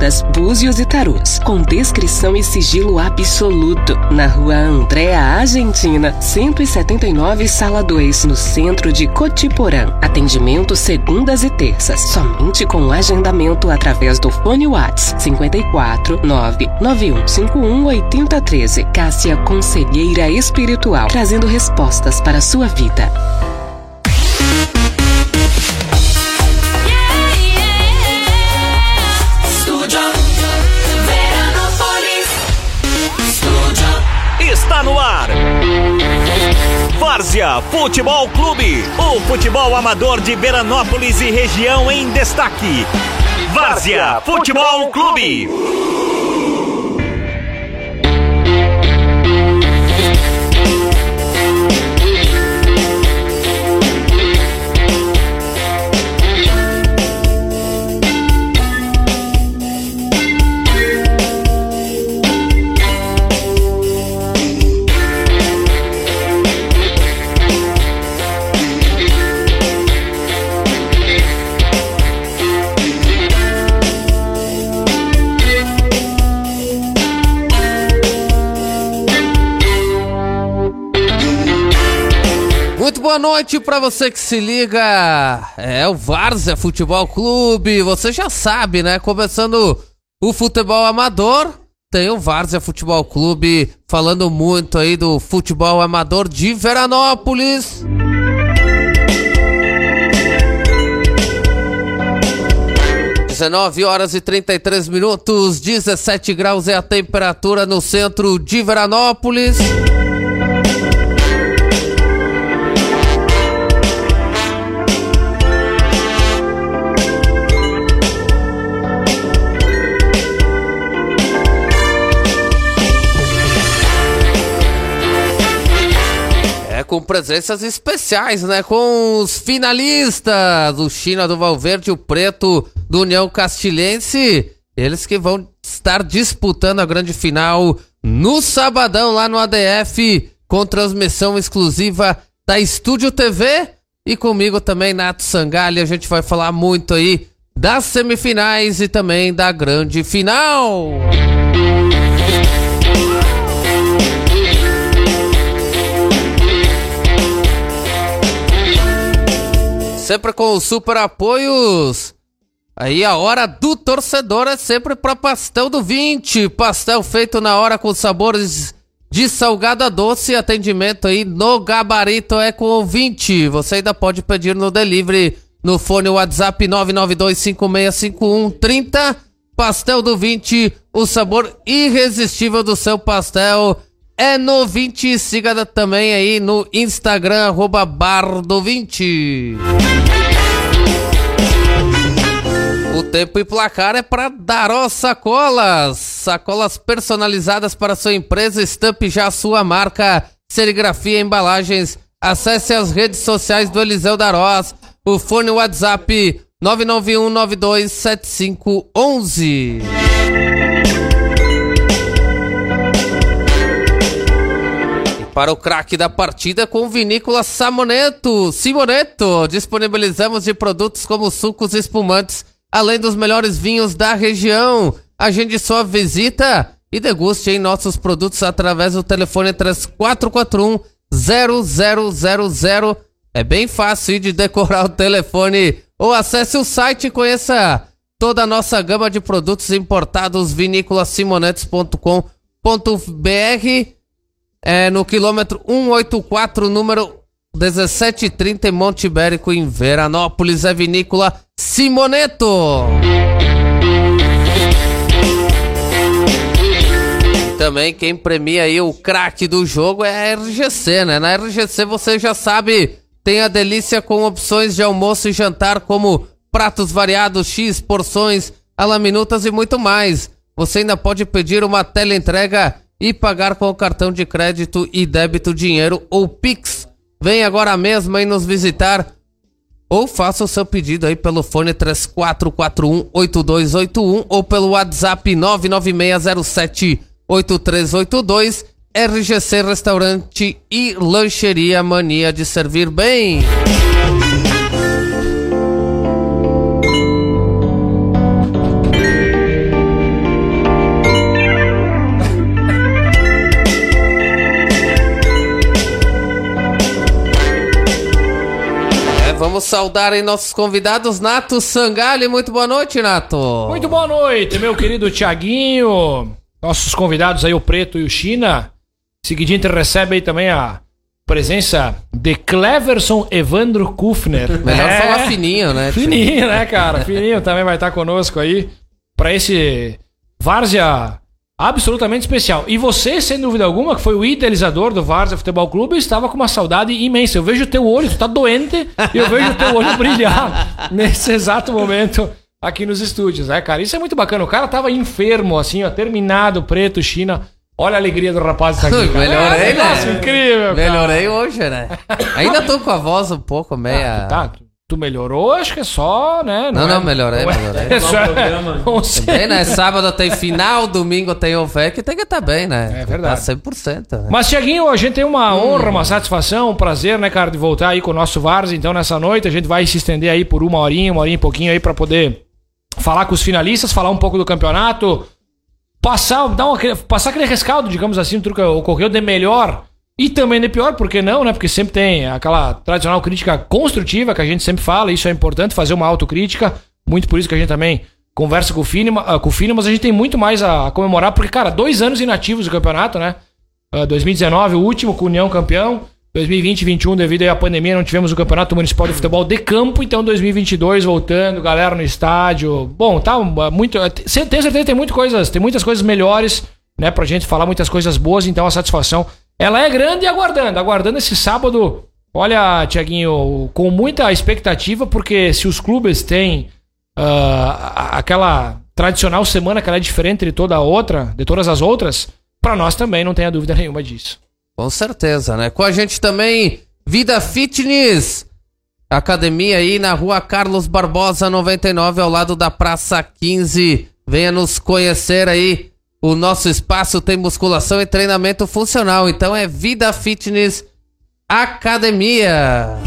cartas, búzios e tarôs, com descrição e sigilo absoluto, na Rua Andréa Argentina, 179, Sala 2, no centro de Cotiporã. Atendimento segundas e terças, somente com agendamento através do fone WhatsApp 54 99151 8013. Cássia Conselheira Espiritual, trazendo respostas para a sua vida. Está no ar Várzea Futebol Clube, o futebol amador de Veranópolis e região em destaque. Várzea Futebol Clube. Muito boa noite pra você que se liga, é o Várzea Futebol Clube, você já sabe, né, começando o futebol amador, tem o Várzea Futebol Clube falando muito aí do futebol amador de Veranópolis. (19 horas e 33 minutos), 17 graus é a temperatura no centro de Veranópolis. Com presenças especiais, né? Com os finalistas, o China do Valverde e o Preto do União Castilhense. Eles que vão estar disputando a grande final no sabadão lá no ADF, com transmissão exclusiva da Estúdio TV. E comigo também, Nato Sangalli. A gente vai falar muito aí das semifinais e também da grande final. Sempre com os super apoios. Aí a hora do torcedor é sempre para Pastel do 20. Pastel feito na hora com sabores de salgado a doce. Atendimento aí no gabarito é com o 20. Você ainda pode pedir no delivery no fone WhatsApp 992565130. Pastel do 20, o sabor irresistível do seu pastel é no 20. Siga também aí no Instagram, @bardo20. O tempo e placar é para Daró Sacolas. Sacolas personalizadas para sua empresa. Estampe já a sua marca, serigrafia, embalagens. Acesse as redes sociais do Eliseu Darós. O fone WhatsApp 991927511. Para o craque da partida com Vinícola Simoneto, disponibilizamos de produtos como sucos e espumantes, além dos melhores vinhos da região. Agende sua visita e deguste em nossos produtos através do telefone 3441-0000. É bem fácil de decorar o telefone, ou acesse o site e conheça toda a nossa gama de produtos importados, vinícolasimonetos.com.br. No quilômetro 184, número 1730, em Monte Ibérico, em Veranópolis. É Vinícola Simoneto. E também quem premia aí o craque do jogo é a RGC, né? Na RGC você já sabe, tem a delícia com opções de almoço e jantar, como pratos variados, X, porções, alaminutas e muito mais. Você ainda pode pedir uma teleentrega e pagar com o cartão de crédito e débito, dinheiro ou Pix. Vem agora mesmo aí nos visitar ou faça o seu pedido aí pelo fone 3441-8281 ou pelo WhatsApp 99607-8382. RGC Restaurante e Lancheria, mania de servir bem. saudar aí nossos convidados, Nato Sangalli. Muito boa noite, Nato. Muito boa noite, meu querido Thiaguinho. Nossos convidados aí, o Preto e o China. Seguidinho, a gente recebe aí também a presença de Cleverson Evandro Kufner. Melhor falar fininho, né? Fininho, né, cara? Fininho também vai estar conosco aí pra esse Várzea absolutamente especial. E você, sem dúvida alguma, que foi o idealizador do Várzea Futebol Clube, estava com uma saudade imensa. Eu vejo o teu olho, tu tá doente, e eu vejo o teu olho brilhar nesse exato momento aqui nos estúdios, né, cara? Isso é muito bacana. O cara tava enfermo, assim, ó, terminado, Preto, China. Olha a alegria do rapaz que tá aqui. Melhorei, né? Nossa, incrível, cara. Melhorei hoje, né? Ainda tô com a voz um pouco meia... Tu melhorou, acho que é só, né? Não, melhorei. É só... Bem, né? Sábado tem final, domingo tem o VEC, tem que estar bem, né? É verdade. Tá 100%. Né? Mas, Thiaguinho, a gente tem uma honra, uma satisfação, um prazer, né, cara, de voltar aí com o nosso Várzea. Então, nessa noite, a gente vai se estender aí por uma horinha e pouquinho aí pra poder falar com os finalistas, falar um pouco do campeonato, passar aquele rescaldo, digamos assim, tudo que ocorreu de melhor e também de pior, por que não, né? Porque sempre tem aquela tradicional crítica construtiva que a gente sempre fala, isso é importante, fazer uma autocrítica, muito por isso que a gente também conversa com o Fini, mas a gente tem muito mais a comemorar, porque, cara, 2 anos inativos do campeonato, né? 2019, o último com o União campeão, 2020 e 2021, devido aí à pandemia, não tivemos o Campeonato Municipal de Futebol de campo, então 2022 voltando, galera no estádio. Bom, tá muito... Tenho certeza que tem muitas coisas melhores, né, pra gente falar, muitas coisas boas, então a satisfação, ela é grande e aguardando esse sábado, olha, Thiaguinho, com muita expectativa, porque se os clubes têm aquela tradicional semana que ela é diferente de todas as outras, pra nós também não tenha dúvida nenhuma disso. Com certeza, né? Com a gente também, Vida Fitness, academia aí na rua Carlos Barbosa 99, ao lado da Praça 15. Venha nos conhecer aí. O nosso espaço tem musculação e treinamento funcional. Então é Vida Fitness Academia.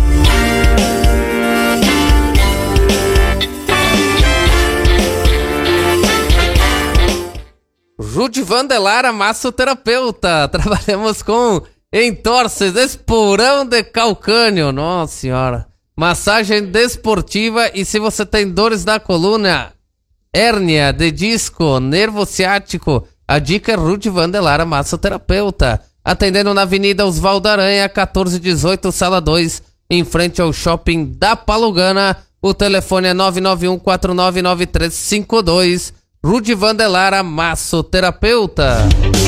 Rudy Vandelara, massoterapeuta. Trabalhamos com entorses, esporão de calcânio. Nossa senhora. Massagem desportiva, e se você tem dores na coluna, hérnia de disco, nervo ciático, a dica é Rudy Vandelara, massoterapeuta. Atendendo na Avenida Osvaldo Aranha, 1418, sala 2, em frente ao shopping da Palugana. O telefone é 991499352. Rudy Vandelara, massoterapeuta.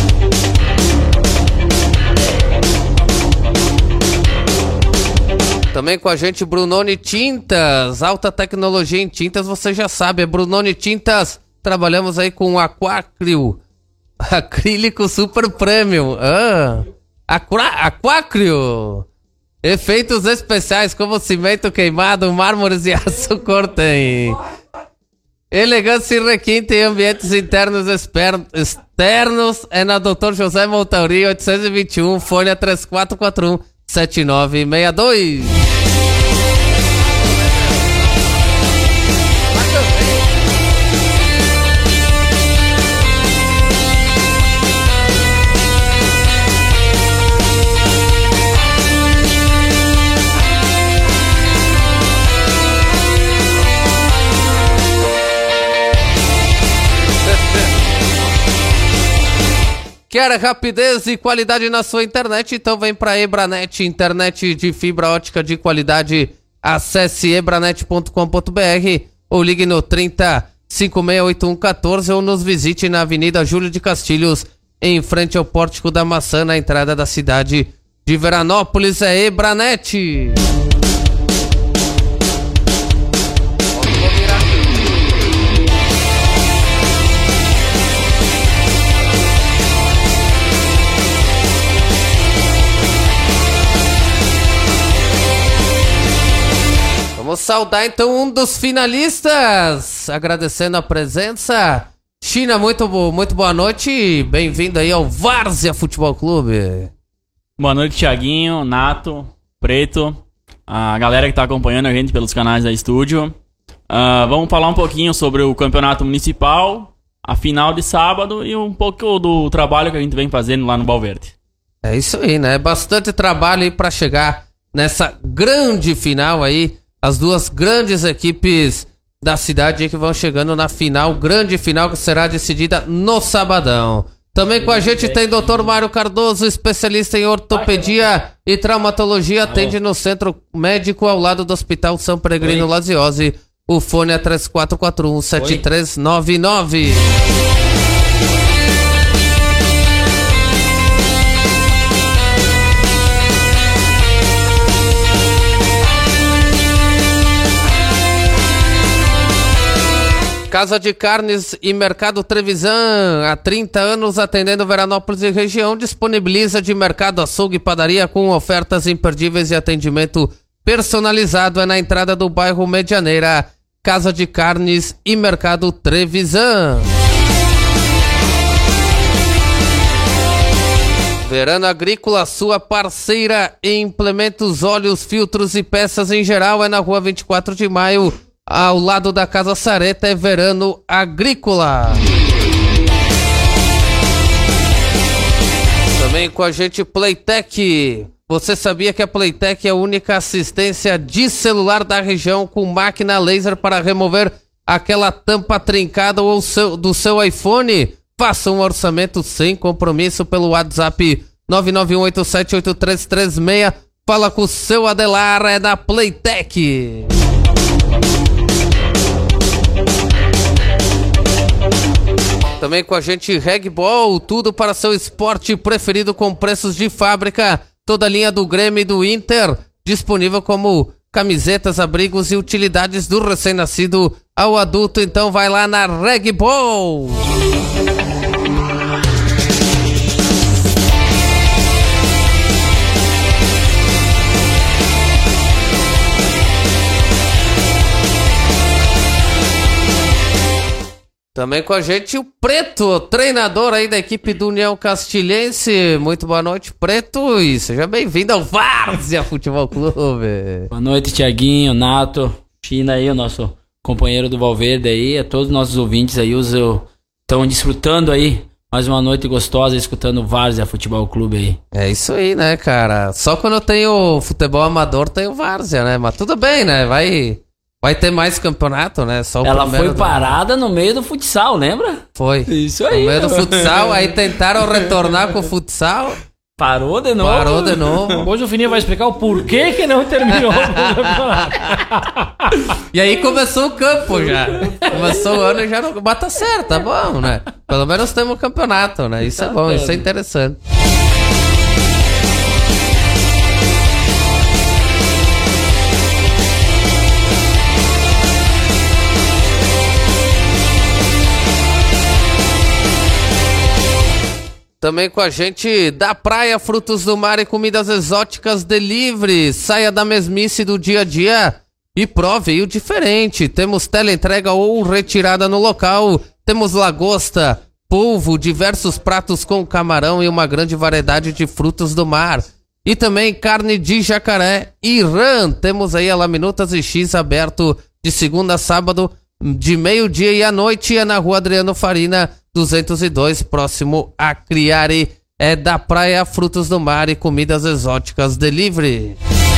Também com a gente, Brunoni Tintas. Alta tecnologia em tintas, você já sabe, é Brunoni Tintas. Trabalhamos aí com Aquacrio, acrílico super premium. Aquacrio. Efeitos especiais como cimento queimado, mármores e aço cortem. Elegância e requinte em ambientes internos externos é na Dr. José Montauri, 821, fone 3441-7962. Quer rapidez e qualidade na sua internet? Então vem pra Ebranet, internet de fibra ótica de qualidade. Acesse ebranet.com.br ou ligue no 30568114 ou nos visite na Avenida Júlio de Castilhos, em frente ao Pórtico da Maçã, na entrada da cidade de Veranópolis. É Ebranet. Vamos saudar então um dos finalistas, agradecendo a presença. China, muito boa noite, bem-vindo aí ao Várzea Futebol Clube. Boa noite, Thiaguinho, Nato, Preto, a galera que tá acompanhando a gente pelos canais da estúdio. Vamos falar um pouquinho sobre o campeonato municipal, a final de sábado e um pouco do trabalho que a gente vem fazendo lá no Valverde. É isso aí, né? Bastante trabalho aí pra chegar nessa grande final aí as duas grandes equipes da cidade que vão chegando na final, grande final que será decidida no sabadão. Também com a gente tem Dr. Mário Cardoso, especialista em ortopedia e traumatologia, atende no Centro Médico ao lado do Hospital São Peregrino Laziose. O fone é 3441-7399. Casa de Carnes e Mercado Trevisan, há 30 anos atendendo Veranópolis e região, disponibiliza de mercado, açougue e padaria com ofertas imperdíveis e atendimento personalizado. É na entrada do bairro Medianeira. Casa de Carnes e Mercado Trevisan. Verano Agrícola, sua parceira em implementos, óleos, filtros e peças em geral, é na rua 24 de maio, ao lado da Casa Sareta. É Verano Agrícola. Também com a gente Playtech. Você sabia que a Playtech é a única assistência de celular da região com máquina laser para remover aquela tampa trincada ou do seu iPhone? Faça um orçamento sem compromisso pelo WhatsApp 991878336. Fala com o seu Adelar, é da Playtech. Também com a gente Regball, tudo para seu esporte preferido com preços de fábrica. Toda a linha do Grêmio e do Inter, disponível como camisetas, abrigos e utilidades do recém-nascido ao adulto. Então vai lá na Regball. Também com a gente o Preto, treinador aí da equipe do União Castilhense. Muito boa noite, Preto, e seja bem-vindo ao Várzea Futebol Clube. Boa noite, Tiaguinho, Nato, China aí, o nosso companheiro do Valverde aí, a todos os nossos ouvintes aí, estão desfrutando aí mais uma noite gostosa escutando o Várzea Futebol Clube aí. É isso aí, né, cara? Só quando eu tenho futebol amador tem o Várzea, né? Mas tudo bem, né? Vai ter mais campeonato, né? Só o Ela foi parada no meio do futsal, lembra? Foi. Isso aí. No meio do futsal, aí tentaram retornar com o futsal. Parou de novo. Hoje o Fininho vai explicar o porquê que não terminou o campeonato. E aí começou o campo já. Começou o ano e já não... Mas tá certo, tá bom, né? Pelo menos temos o campeonato, né? Isso é bom, isso é interessante. Também com a gente da praia, frutos do mar e comidas exóticas delivery. Saia da mesmice do dia a dia e prove o diferente. Temos teleentrega ou retirada no local. Temos lagosta, polvo, diversos pratos com camarão e uma grande variedade de frutos do mar. E também carne de jacaré e rã. Temos aí a Laminutas e X aberto de segunda a sábado, de meio-dia e à noite. É na rua Adriano Farina 202, próximo a Criari. É da praia, frutos do mar e comidas exóticas delivery.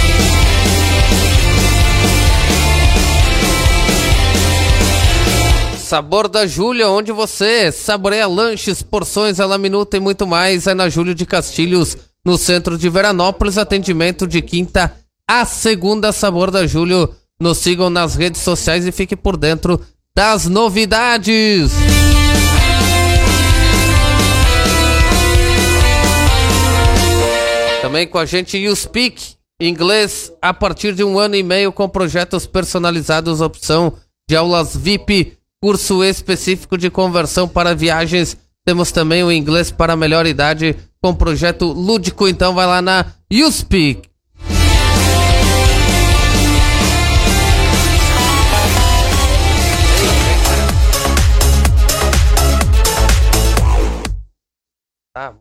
Sabor da Júlia, onde você saboreia lanches, porções, a Laminuta e muito mais. É na Júlio de Castilhos, no centro de Veranópolis. Atendimento de quinta a segunda. Sabor da Júlio. Nos sigam nas redes sociais e fique por dentro das novidades. Também com a gente YouSpeak, inglês a partir de 1 ano e meio com projetos personalizados, opção de aulas VIP, curso específico de conversão para viagens. Temos também o inglês para melhor idade com projeto lúdico. Então vai lá na YouSpeak. Ah,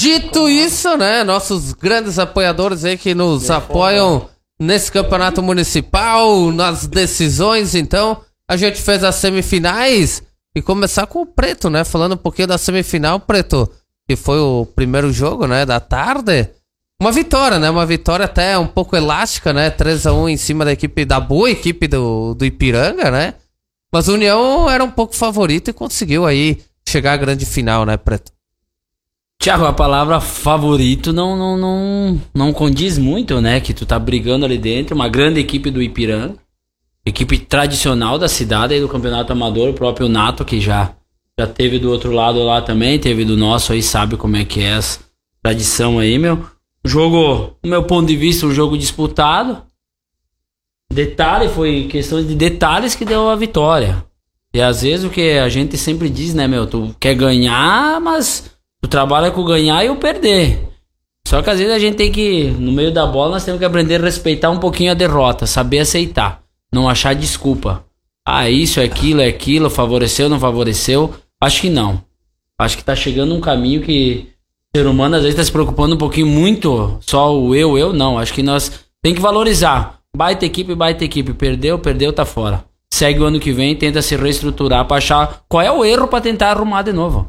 Dito isso, né, nossos grandes apoiadores aí que nos apoiam nesse campeonato municipal, nas decisões, então, a gente fez as semifinais e começar com o Preto, né, falando um pouquinho da semifinal, Preto, que foi o primeiro jogo, né, da tarde. Uma vitória, né, uma vitória até um pouco elástica, né, 3-1 em cima da equipe, da boa equipe do Ipiranga, né, mas o União era um pouco favorito e conseguiu aí chegar à grande final, né, Preto? Thiago, a palavra favorito não condiz muito, né? Que tu tá brigando ali dentro, uma grande equipe do Ipiranga, equipe tradicional da cidade aí do campeonato amador, o próprio Nato, que já teve do outro lado lá também, teve do nosso aí, sabe como é que é essa tradição aí, meu. Jogo, do meu ponto de vista, um jogo disputado. Detalhe, foi questão de detalhes que deu a vitória. E às vezes o que a gente sempre diz, né, meu, tu quer ganhar, mas tu trabalha com ganhar e o perder. Só que às vezes a gente tem que, no meio da bola, nós temos que aprender a respeitar um pouquinho a derrota, saber aceitar, não achar desculpa. Ah, isso, é aquilo, favoreceu, não favoreceu? Acho que não. Acho que tá chegando um caminho que o ser humano às vezes tá se preocupando um pouquinho muito, só o eu, não. Acho que nós tem que valorizar. Baita equipe, perdeu, tá fora. Segue o ano que vem, tenta se reestruturar pra achar qual é o erro pra tentar arrumar de novo.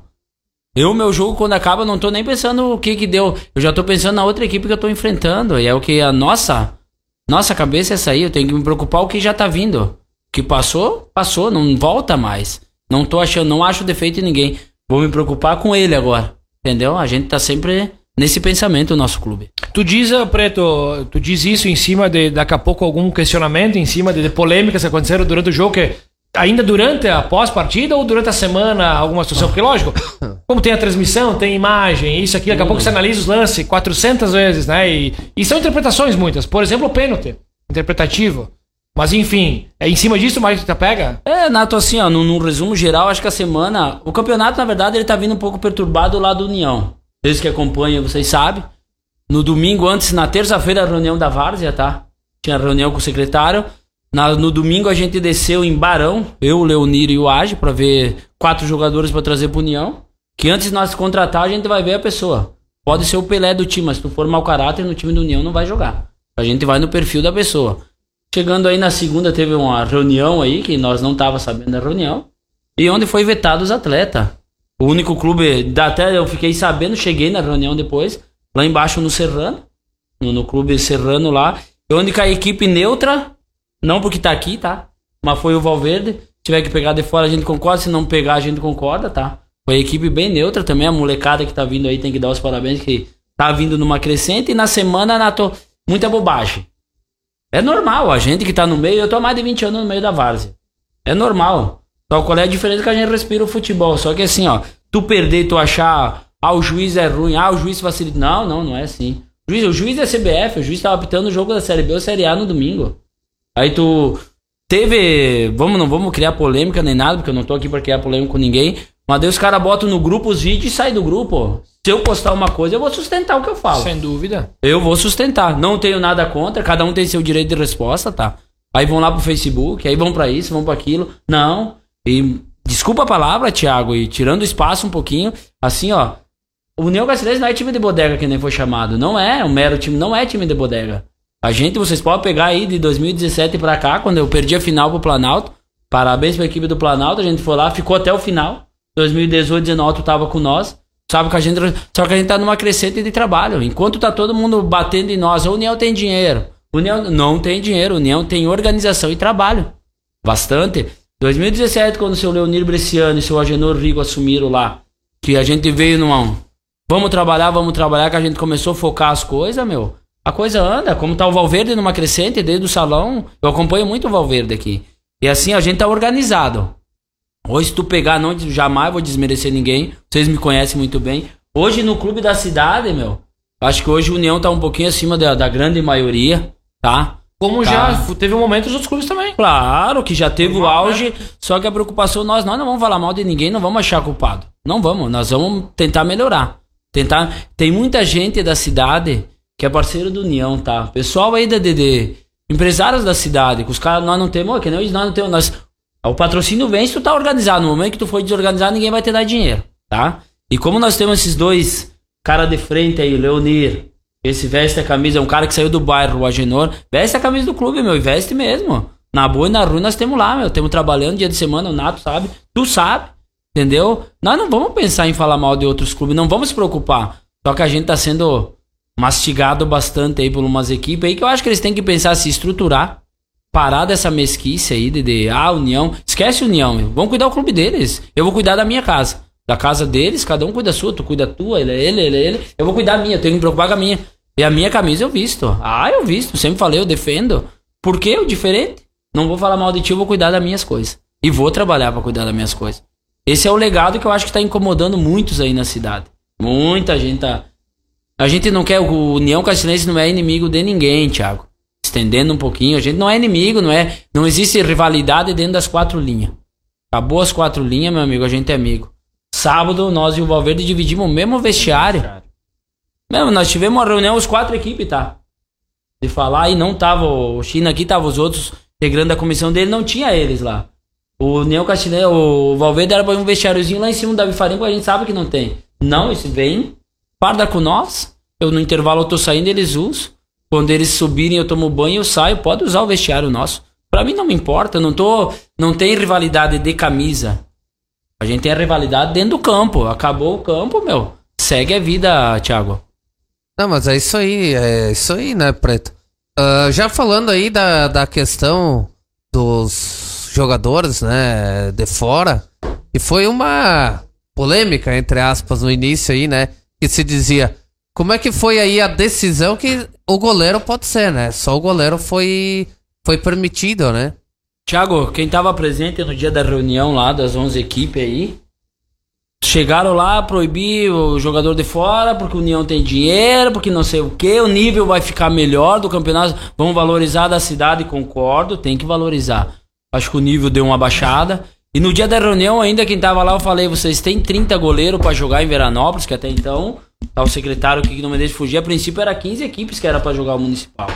Meu jogo, quando acaba, não tô nem pensando o que deu. Eu já tô pensando na outra equipe que eu tô enfrentando. E é o que a nossa cabeça é essa aí. Eu tenho que me preocupar o que já tá vindo. O que passou, não volta mais. Não acho defeito em ninguém. Vou me preocupar com ele agora. Entendeu? A gente tá sempre nesse pensamento, o nosso clube. Tu diz, Preto, isso em cima de, daqui a pouco, algum questionamento, em cima de polêmicas que aconteceram durante o jogo, que ainda durante a pós-partida ou durante a semana, alguma situação? Porque, lógico, como tem a transmissão, tem imagem, isso aqui, daqui a pouco você analisa os lances 400 vezes, né? E são interpretações muitas. Por exemplo, o pênalti, interpretativo. Mas, enfim, é em cima disso mais que tu pega? Nato, assim, ó, num resumo geral, acho que a semana... O campeonato, na verdade, ele tá vindo um pouco perturbado lá do União. Eles que acompanham, vocês sabem. No domingo, antes, na terça-feira, a reunião da Várzea, tá? Tinha reunião com o secretário. No domingo a gente desceu em Barão, eu, o Leonir e o Age, pra ver 4 jogadores pra trazer pro União. Que antes de nós contratar, a gente vai ver a pessoa. Pode ser o Pelé do time, mas se tu for mau caráter, no time do União não vai jogar. A gente vai no perfil da pessoa. Chegando aí na segunda, teve uma reunião aí, que nós não tava sabendo da reunião. E onde foi vetado os atletas. O único clube, até eu fiquei sabendo, cheguei na reunião depois, lá embaixo no Serrano, no clube Serrano lá. Onde que a equipe neutra... Não porque tá aqui, tá? Mas foi o Valverde. Se tiver que pegar de fora, a gente concorda. Se não pegar, a gente concorda, tá? Foi a equipe bem neutra também. A molecada que tá vindo aí tem que dar os parabéns, que tá vindo numa crescente. E na semana, Nato, muita bobagem. É normal, a gente que tá no meio... Eu tô há mais de 20 anos no meio da várzea. É normal. Só qual é a diferença que a gente respira o futebol. Só que assim, ó... Tu perder e tu achar... o juiz é ruim. O juiz facilita... Não é assim. O juiz é CBF. O juiz tava apitando o jogo da Série B ou Série A no domingo. Aí tu teve... Não vamos criar polêmica nem nada, porque eu não tô aqui pra criar polêmica com ninguém. Mas daí os caras botam no grupo os vídeos e saem do grupo. Se eu postar uma coisa, eu vou sustentar o que eu falo. Sem dúvida. Eu vou sustentar. Não tenho nada contra, cada um tem seu direito de resposta, tá? Aí vão lá pro Facebook, aí vão pra isso, vão pra aquilo. Não. E desculpa a palavra, Thiago, e tirando espaço um pouquinho, assim, ó. O União Cacerense não é time de bodega, que nem foi chamado. Não é um mero time, não é time de bodega. A gente, vocês podem pegar aí de 2017 pra cá, quando eu perdi a final pro Planalto. Parabéns pra equipe do Planalto, a gente foi lá, ficou até o final. 2018, 2019, tu tava com nós. Sabe que só que a gente tá numa crescente de trabalho. Enquanto tá todo mundo batendo em nós, a União tem dinheiro. União não tem dinheiro, a União tem organização e trabalho. Bastante. 2017, quando o seu Leonir Bresciano e o seu Agenor Rigo assumiram lá, que a gente veio numa... Vamos trabalhar, que a gente começou a focar as coisas, meu... A coisa anda, como tá o Valverde numa crescente desde o salão. Eu acompanho muito o Valverde aqui. E assim, a gente tá organizado. Hoje, se tu pegar, jamais vou desmerecer ninguém. Vocês me conhecem muito bem. Hoje, no clube da cidade, meu, acho que hoje o União tá um pouquinho acima da grande maioria, tá? Como já teve um momento nos outros clubes também. Claro, que já teve o auge. Né? Só que a preocupação, nós não vamos falar mal de ninguém, não vamos achar culpado. Não vamos, nós vamos tentar melhorar. Tem muita gente da cidade... que é parceiro do União, tá? Pessoal aí de empresários da cidade, que os caras nós não temos, que nem nós não temos, o patrocínio vem se tu tá organizado. No momento que tu for desorganizado, ninguém vai te dar dinheiro, tá? E como nós temos esses dois cara de frente aí, Leonir. Esse veste a camisa, é um cara que saiu do bairro, o Agenor. Veste a camisa do clube, meu, e veste mesmo. Na boa e na ruim nós temos lá, meu. Temos trabalhando dia de semana, o Nato sabe. Tu sabe, entendeu? Nós não vamos pensar em falar mal de outros clubes, não vamos se preocupar. Só que a gente tá sendo mastigado bastante aí por umas equipes aí que eu acho que eles têm que pensar se estruturar. Parar dessa mesquice aí de União. Esquece União, meu. Vamos cuidar do clube deles. Eu vou cuidar da minha casa. Da casa deles, cada um cuida da sua. Tu cuida da tua, ele. Eu vou cuidar da minha, eu tenho que me preocupar com a minha. E a minha camisa eu visto. Eu visto. Sempre falei, eu defendo. Por quê? O diferente. Não vou falar mal de ti, eu vou cuidar das minhas coisas. E vou trabalhar pra cuidar das minhas coisas. Esse é o legado que eu acho que tá incomodando muitos aí na cidade. Muita gente tá... A gente não quer... O União Castelense não é inimigo de ninguém, Thiago. Estendendo um pouquinho. A gente não é inimigo, não existe rivalidade dentro das 4 linhas. Acabou as 4 linhas, meu amigo, a gente é amigo. Sábado, nós e o Valverde dividimos o mesmo vestiário. Mesmo, nós tivemos uma reunião, os 4 equipes, tá? De falar, e não tava o China aqui, tava os outros integrando a comissão dele, não tinha eles lá. O União Castelense, o Valverde era pra um vestiáriozinho lá em cima do Davi Farinha, porque a gente sabe que não tem. Não, esse vem, parda com nós. Eu no intervalo eu tô saindo, eles usam. Quando eles subirem eu tomo banho, eu saio, pode usar o vestiário nosso. Pra mim não me importa, não tem rivalidade de camisa. A gente tem a rivalidade dentro do campo. Acabou o campo, meu. Segue a vida, Thiago. Não, mas é isso aí, né, Preto? Já falando aí da questão dos jogadores, né, de fora, e foi uma polêmica, entre aspas, no início aí, né, que se dizia, como é que foi aí a decisão que o goleiro pode ser, né? Só o goleiro foi permitido, né? Thiago, quem tava presente no dia da reunião lá das 11 equipes aí, chegaram lá, proibir o jogador de fora, porque o União tem dinheiro, porque não sei o que, o nível vai ficar melhor do campeonato, vamos valorizar da cidade, concordo, tem que valorizar. Acho que o nível deu uma baixada. E no dia da reunião ainda, quem tava lá, eu falei, vocês têm 30 goleiros pra jogar em Veranópolis, que até então, tá o secretário que não me deixa fugir, a princípio era 15 equipes que era pra jogar o municipal.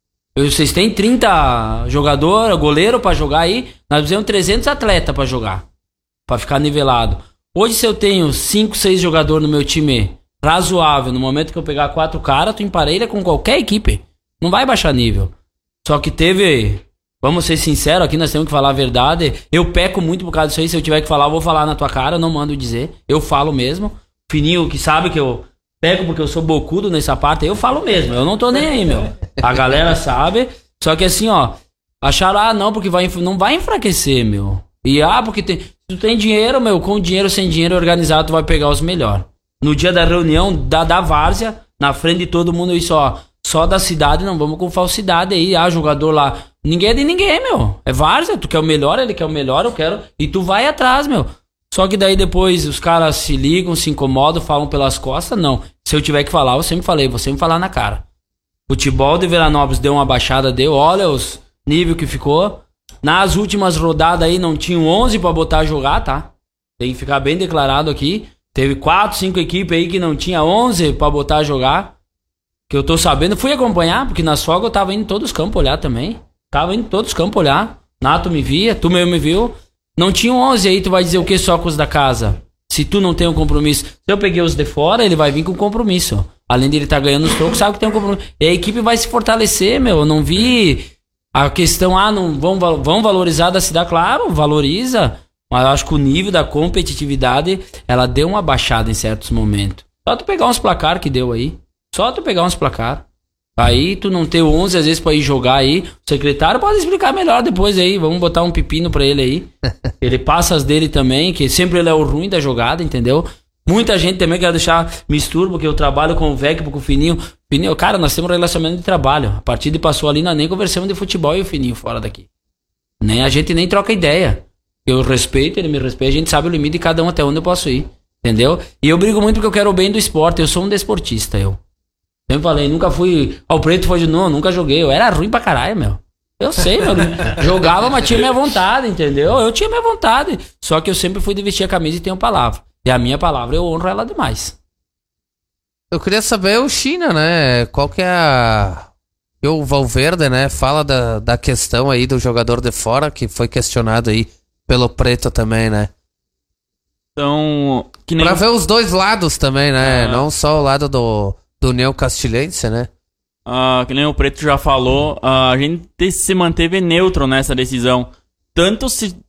Vocês têm 30 goleiro pra jogar aí, nós precisamos 300 atletas pra jogar, pra ficar nivelado. Hoje, se eu tenho 5, 6 jogadores no meu time razoável, no momento que eu pegar 4 caras, tu emparelha com qualquer equipe. Não vai baixar nível. Só que teve... Vamos ser sinceros aqui, nós temos que falar a verdade. Eu peco muito por causa disso aí. Se eu tiver que falar, eu vou falar na tua cara, eu não mando dizer. Eu falo mesmo. Fininho que sabe que eu peco porque eu sou bocudo nessa parte, eu falo mesmo. Eu não tô nem aí, meu. A galera sabe. Só que assim, ó, acharam, não, porque não vai enfraquecer, meu. E porque tu tem dinheiro, meu, com dinheiro, sem dinheiro organizado, tu vai pegar os melhores. No dia da reunião da várzea, na frente de todo mundo, isso, ó, só da cidade, não vamos com falsidade aí, jogador lá. Ninguém é de ninguém, meu. É várzea, tu quer o melhor, ele quer o melhor, eu quero. E tu vai atrás, meu. Só que daí depois os caras se ligam, se incomodam, falam pelas costas, não. Se eu tiver que falar, eu sempre falei, vou sempre falar na cara. Futebol de Veranópolis deu uma baixada, olha os nível que ficou. Nas últimas rodadas aí não tinham 11 pra botar a jogar, tá? Tem que ficar bem declarado aqui. Teve 4, 5 equipes aí que não tinha 11 pra botar a jogar. Que eu tô sabendo, fui acompanhar, porque nas folgas eu tava indo em todos os campos olhar também. Tava indo em todos os campos olhar. Nato me via, tu mesmo me viu. Não tinha 11 aí, tu vai dizer o que só com os da casa? Se tu não tem um compromisso. Se eu peguei os de fora, ele vai vir com compromisso. Além de ele estar ganhando os trocos, sabe que tem um compromisso. E a equipe vai se fortalecer, meu. Eu não vi a questão, não vão valorizar da cidade. Claro, valoriza. Mas eu acho que o nível da competitividade, ela deu uma baixada em certos momentos. Só tu pegar uns placar que deu aí. Só tu pegar uns placar. Aí tu não ter 11 às vezes pra ir jogar aí. O secretário pode explicar melhor depois aí. Vamos botar um pepino pra ele aí. Ele passa as dele também, que sempre ele é o ruim da jogada, entendeu? Muita gente também quer deixar mistura, porque eu trabalho com o Vec, com o Fininho. Fininho, cara, nós temos um relacionamento de trabalho. A partir de passou ali, nós nem conversamos de futebol e o Fininho fora daqui. A gente nem troca ideia. Eu respeito, ele me respeita, a gente sabe o limite de cada um até onde eu posso ir. Entendeu? E eu brigo muito porque eu quero o bem do esporte. Eu sou um desportista, eu. Sempre falei, nunca fui... o Preto foi de novo, nunca joguei. Eu era ruim pra caralho, meu. Eu sei, meu. Jogava, mas tinha minha vontade, entendeu? Eu tinha minha vontade. Só que eu sempre fui de vestir a camisa e tenho palavra. E a minha palavra, eu honro ela demais. Eu queria saber o China, né? Qual que é a... O Valverde, né? Fala da questão aí do jogador de fora, que foi questionado aí pelo Preto também, né? Então, que nem Pra ver os dois lados também, né? Não só o lado do União Castilhense, né? que nem o Preto já falou, a gente se manteve neutro nessa decisão. Tanto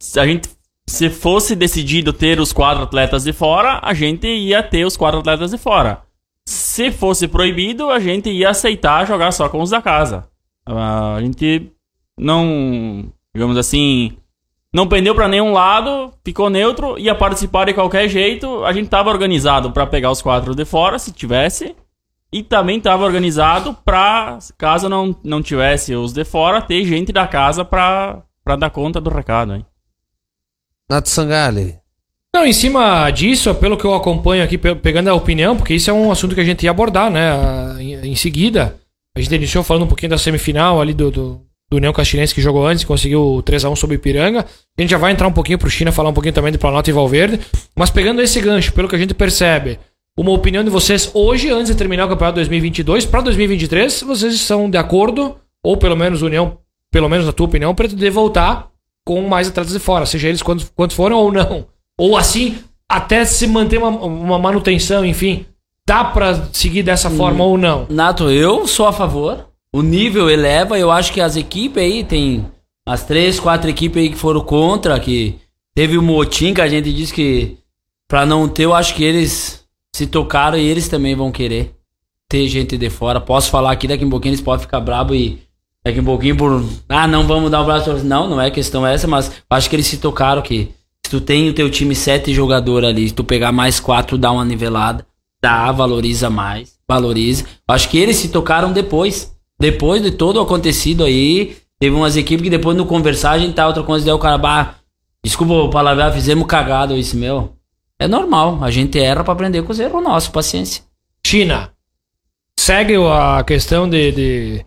se fosse decidido ter os 4 atletas de fora, a gente ia ter os 4 atletas de fora. Se fosse proibido, a gente ia aceitar jogar só com os da casa. A gente não, digamos assim, não pendeu pra nenhum lado, ficou neutro, ia participar de qualquer jeito. A gente tava organizado pra pegar os 4 de fora, se tivesse. E também tava organizado pra, caso não tivesse os de fora, ter gente da casa pra dar conta do recado, hein? Nato Sangalli. Não, em cima disso, pelo que eu acompanho aqui, pegando a opinião, porque isso é um assunto que a gente ia abordar, né? Em seguida, a gente iniciou falando um pouquinho da semifinal ali do União Castilhense, que jogou antes, conseguiu 3-1 sobre o Ipiranga. A gente já vai entrar um pouquinho pro China, falar um pouquinho também do Planalto e Valverde. Mas pegando esse gancho, pelo que a gente percebe, uma opinião de vocês hoje, antes de terminar o campeonato 2022, para 2023, vocês estão de acordo, ou pelo menos União, pelo menos na tua opinião, para de voltar com mais atletas de fora, seja eles quantos foram ou não. Ou assim, até se manter uma manutenção, enfim. Dá pra seguir dessa forma ou não? Nato, eu sou a favor. O nível eleva. Eu acho que as equipes aí, tem as 3, 4 equipes aí que foram contra, que teve o motim, que a gente disse que pra não ter, eu acho que eles se tocaram e eles também vão querer ter gente de fora. Posso falar aqui, daqui a pouquinho eles podem ficar bravos e daqui a pouquinho não vamos dar o braço. Não é questão essa, mas acho que eles se tocaram que se tu tem o teu time 7 jogadores ali, se tu pegar mais 4, dá uma nivelada, valoriza mais, valoriza. Acho que eles se tocaram depois de todo o acontecido aí. Teve umas equipes que depois no conversar a gente tá outra coisa, daí o cara, desculpa o palavra, fizemos cagado isso, meu. É normal, a gente erra pra aprender com os erros nossos, paciência. China, segue a questão de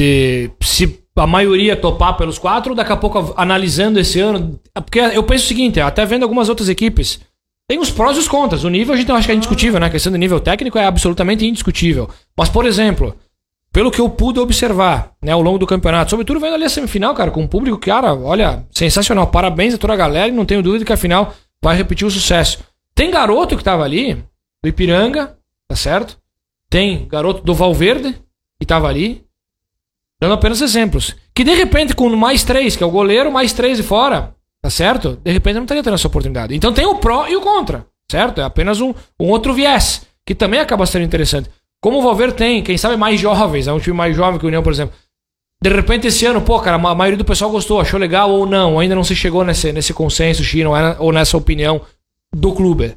se a maioria topar pelos 4, daqui a pouco analisando esse ano, porque eu penso o seguinte, até vendo algumas outras equipes, tem os prós e os contras. O nível eu acho que é indiscutível, né? A questão do nível técnico é absolutamente indiscutível. Mas, por exemplo, pelo que eu pude observar, né, ao longo do campeonato, sobretudo vendo ali a semifinal, cara, com um público, cara, olha, sensacional. Parabéns a toda a galera e não tenho dúvida que a final vai repetir o sucesso. Tem garoto que tava ali, do Ipiranga, tá certo? Tem garoto do Valverde, que tava ali. Dando apenas exemplos. Que de repente, com mais 3, que é o goleiro, mais 3 de fora, tá certo? De repente não estaria tendo essa oportunidade. Então tem o pró e o contra, certo? É apenas um outro viés, que também acaba sendo interessante. Como o Valverde tem, quem sabe, mais jovens, é um time mais jovem que o União, por exemplo. De repente esse ano, cara, a maioria do pessoal gostou, achou legal ou não, ainda não se chegou nesse consenso, Chino, ou nessa opinião do clube.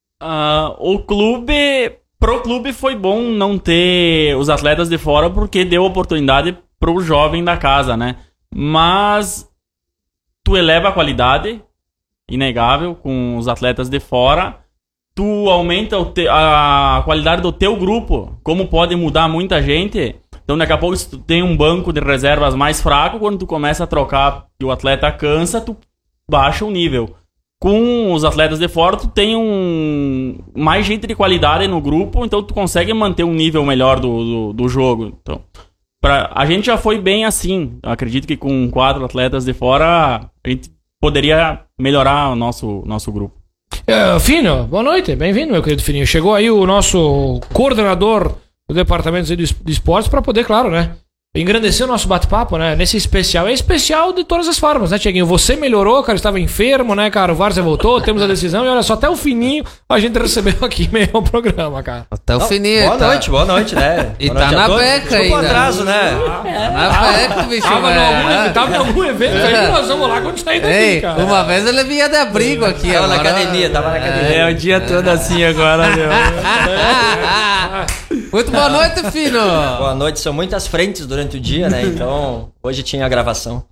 Pro clube foi bom não ter os atletas de fora, porque deu oportunidade pro jovem da casa, né? Mas tu eleva a qualidade, inegável, com os atletas de fora. Tu aumenta a qualidade do teu grupo, como pode mudar muita gente. Então daqui a pouco, se tu tem um banco de reservas mais fraco, quando tu começa a trocar e o atleta cansa, tu baixa o nível. Com os atletas de fora, tu tem mais gente de qualidade no grupo, então tu consegue manter um nível melhor do jogo. Então, a gente já foi bem assim. Eu acredito que com 4 atletas de fora, a gente poderia melhorar o nosso grupo. Fino, boa noite, bem-vindo, meu querido Fininho. Chegou aí o nosso coordenador do departamento de esportes para poder, claro, né, engrandecer o nosso bate-papo, né? Nesse especial. É especial de todas as formas, né, Tiaguinho? Você melhorou, cara, estava enfermo, né, cara? O Várzea voltou, temos a decisão e olha só, até o Fininho a gente recebeu aqui meio ao programa, cara. Até o Fininho. Boa noite, né? E tá na beca ainda. Desculpa o atraso, né? Tá na beca, bicho. Tava em algum evento, aí nós vamos lá quando sair daqui, cara. Uma vez ele vinha de abrigo aqui. Tava na academia. É o dia todo assim agora, meu. Muito boa noite, Fino. Boa noite, são muitas frentes durante o dia, né? Então, hoje tinha a gravação.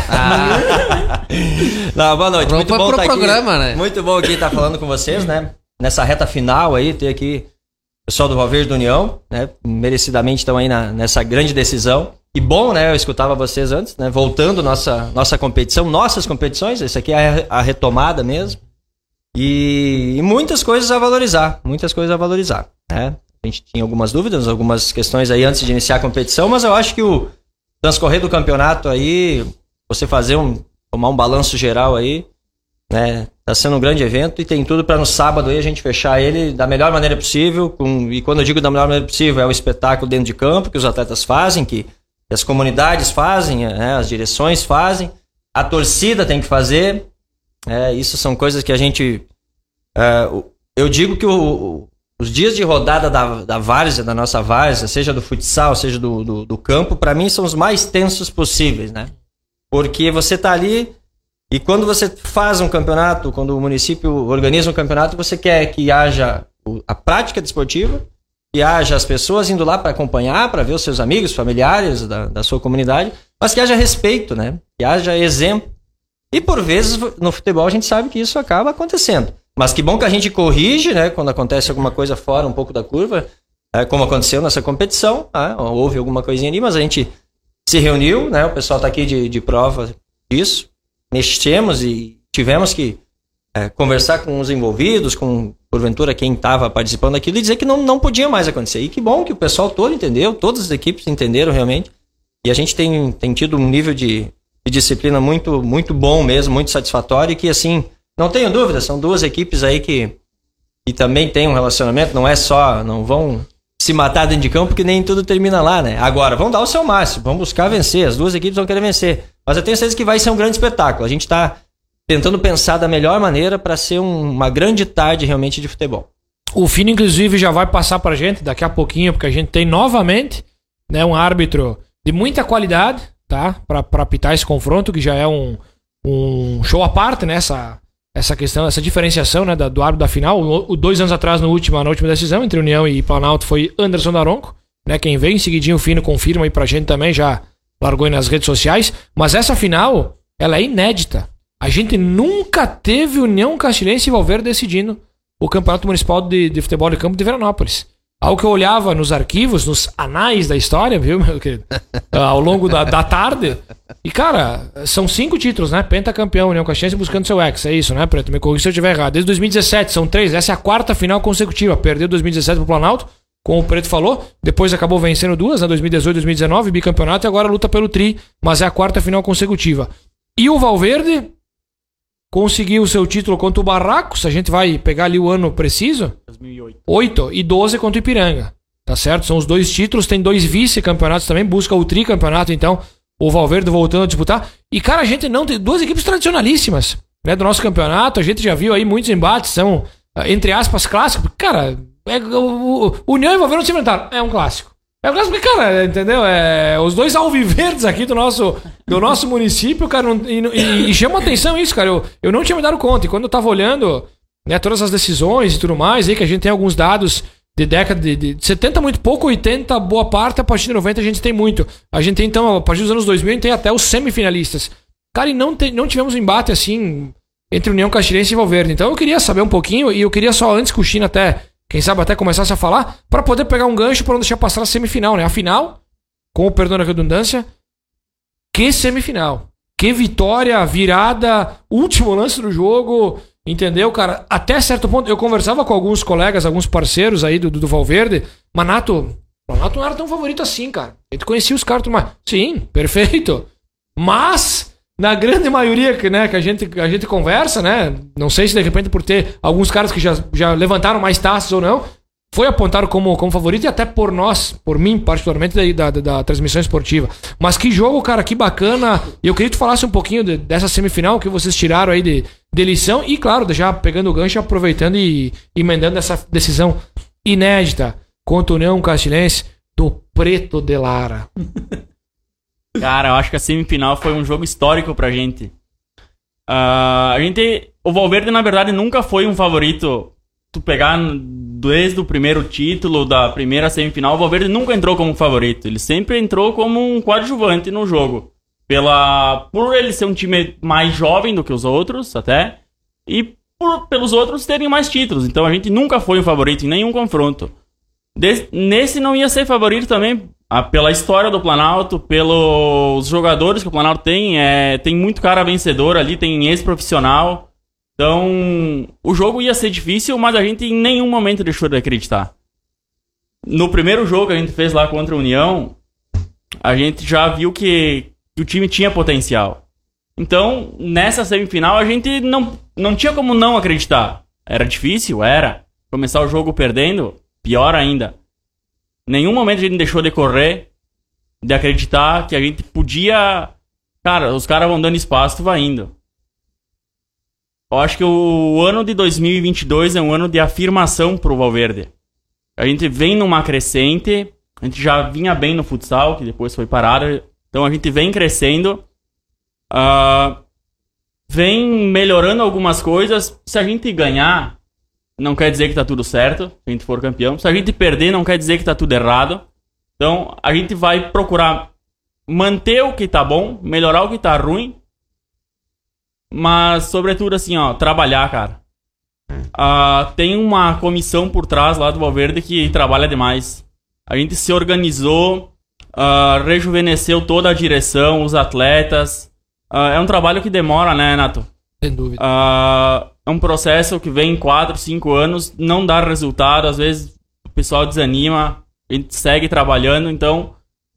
Não, boa noite, muito bom estar aqui. Né? Muito bom aqui estar falando com vocês, né? Nessa reta final aí, ter aqui o pessoal do Valverde do União, né? Merecidamente estão aí nessa grande decisão. E bom, né? Eu escutava vocês antes, né? Voltando nossa competição, nossas competições, esse aqui é a retomada mesmo. E muitas coisas a valorizar, né? A gente tinha algumas dúvidas, algumas questões aí antes de iniciar a competição, mas eu acho que o transcorrer do campeonato aí, você tomar um balanço geral aí, né? Tá sendo um grande evento e tem tudo para no sábado aí a gente fechar ele da melhor maneira possível. E quando eu digo da melhor maneira possível, é o espetáculo dentro de campo que os atletas fazem, que as comunidades fazem, né, as direções fazem, a torcida tem que fazer. Isso são coisas que a gente... eu digo que os dias de rodada da várzea, da nossa várzea, seja do futsal, seja do campo, para mim são os mais tensos possíveis, né? Porque você tá ali e quando você faz um campeonato, quando o município organiza um campeonato, você quer que haja a prática desportiva, que haja as pessoas indo lá para acompanhar, para ver os seus amigos, familiares da sua comunidade, mas que haja respeito, né? Que haja exemplo. E por vezes no futebol a gente sabe que isso acaba acontecendo. Mas que bom que a gente corrige, né? Quando acontece alguma coisa fora um pouco da curva, como aconteceu nessa competição, houve alguma coisinha ali, mas a gente se reuniu, né? O pessoal está aqui de prova disso. Mexemos e tivemos que conversar com os envolvidos, com, porventura, quem estava participando daquilo e dizer que não podia mais acontecer. E que bom que o pessoal todo entendeu, todas as equipes entenderam realmente. E a gente tem tido um nível de disciplina muito, muito bom mesmo, muito satisfatório e que, assim, não tenho dúvida, são duas equipes aí que também têm um relacionamento, não vão se matar dentro de campo porque nem tudo termina lá, né? Agora, vão dar o seu máximo, vão buscar vencer, as duas equipes vão querer vencer. Mas eu tenho certeza que vai ser um grande espetáculo. A gente está tentando pensar da melhor maneira para ser uma grande tarde realmente de futebol. O Fino, inclusive, já vai passar pra gente daqui a pouquinho, porque a gente tem novamente, né, um árbitro de muita qualidade, tá? Pra apitar esse confronto, que já é um show à parte, né? Essa questão, essa diferenciação, né, do árbitro da final. 2 anos atrás, na última decisão, entre União e Planalto, foi Anderson Daronco, né? Quem veio em seguidinho, o Fino confirma aí pra gente também, já largou aí nas redes sociais. Mas essa final, ela é inédita. A gente nunca teve União Castilhense e Valverde decidindo o Campeonato Municipal de Futebol de Campo de Veranópolis. Algo que eu olhava nos arquivos, nos anais da história, viu, meu querido? Ao longo da tarde. E, cara, são 5 títulos, né? Pentacampeão, União Castilhense buscando seu ex. É isso, né, Preto? Me corrija se eu estiver errado. Desde 2017, são 3. Essa é a 4ª final consecutiva. Perdeu 2017 pro Planalto, como o Preto falou. Depois acabou vencendo 2, né? 2018, 2019, bicampeonato. E agora luta pelo tri, mas é a 4ª final consecutiva. E o Valverde conseguiu o seu título contra o Barracos. A gente vai pegar ali o ano preciso. 2008 e 12 contra o Ipiranga. Tá certo? São os 2 títulos. Tem 2 vice-campeonatos também. Busca o tricampeonato, então. O Valverde voltando a disputar. E, cara, a gente não tem 2 equipes tradicionalíssimas, né, do nosso campeonato. A gente já viu aí muitos embates. São, entre aspas, clássicos. Cara, o União e o Valverde não se inventaram. É um clássico. É um clássico porque, cara, entendeu? Os 2 alviverdes aqui do nosso município, cara. E chama atenção isso, cara. Eu não tinha me dado conta. E quando eu tava olhando, né, todas as decisões e tudo mais, aí que a gente tem alguns dados de década de 70 muito pouco, 80 boa parte, a partir de 90 a gente tem muito. A gente tem, então, a partir dos anos 2000, a gente tem até os semifinalistas. Cara, e não tivemos um embate, assim, entre União Castilhense e Valverde. Então eu queria saber um pouquinho, e eu queria só, antes que o China quem sabe até começasse a falar, para poder pegar um gancho para não deixar passar a semifinal, né? A final, com o perdão da redundância, que semifinal. Que vitória, virada, último lance do jogo... Entendeu, cara? Até certo ponto, eu conversava com alguns colegas, alguns parceiros aí do Valverde, mas o Nato não era tão favorito assim, cara. A gente conhecia os caras, mas sim, perfeito. Mas, na grande maioria né, que a gente conversa, né? Não sei se de repente por ter alguns caras que já levantaram mais taças ou não, foi apontado como favorito e até por mim, particularmente, da transmissão esportiva. Mas que jogo, cara, que bacana. E eu queria que tu falasse um pouquinho dessa semifinal que vocês tiraram aí de lição. E, claro, já pegando o gancho, aproveitando e emendando essa decisão inédita contra o União Castilhense do Preto de Lara. Cara, eu acho que a semifinal foi um jogo histórico pra gente. O Valverde, na verdade, nunca foi um favorito. Tu pegar desde o primeiro título da primeira semifinal, o Valverde nunca entrou como favorito. Ele sempre entrou como um coadjuvante no jogo. Por ele ser um time mais jovem do que os outros, até. E pelos outros terem mais títulos. Então a gente nunca foi um favorito em nenhum confronto. Nesse não ia ser favorito também pela história do Planalto, pelos jogadores que o Planalto tem. Tem muito cara vencedor ali, tem ex-profissional. Então, o jogo ia ser difícil, mas a gente em nenhum momento deixou de acreditar. No primeiro jogo que a gente fez lá contra a União, a gente já viu que o time tinha potencial. Então, nessa semifinal, a gente não tinha como não acreditar. Era difícil? Era. Começar o jogo perdendo? Pior ainda. Nenhum momento a gente deixou de correr, de acreditar que a gente podia... Cara, os caras vão dando espaço, tu vai indo. Eu acho que o ano de 2022 é um ano de afirmação pro Valverde. A gente vem numa crescente, a gente já vinha bem no futsal, que depois foi parado. Então a gente vem crescendo, vem melhorando algumas coisas. Se a gente ganhar, não quer dizer que tá tudo certo, se a gente for campeão. Se a gente perder, não quer dizer que tá tudo errado. Então a gente vai procurar manter o que tá bom, melhorar o que tá ruim. Mas, sobretudo, assim, trabalhar, cara. Tem uma comissão por trás lá do Valverde que trabalha demais. A gente se organizou, rejuvenesceu toda a direção, os atletas. É um trabalho que demora, né, Nato? Sem dúvida. É um processo que vem 4, 5 anos, não dá resultado. Às vezes o pessoal desanima, a gente segue trabalhando. Então,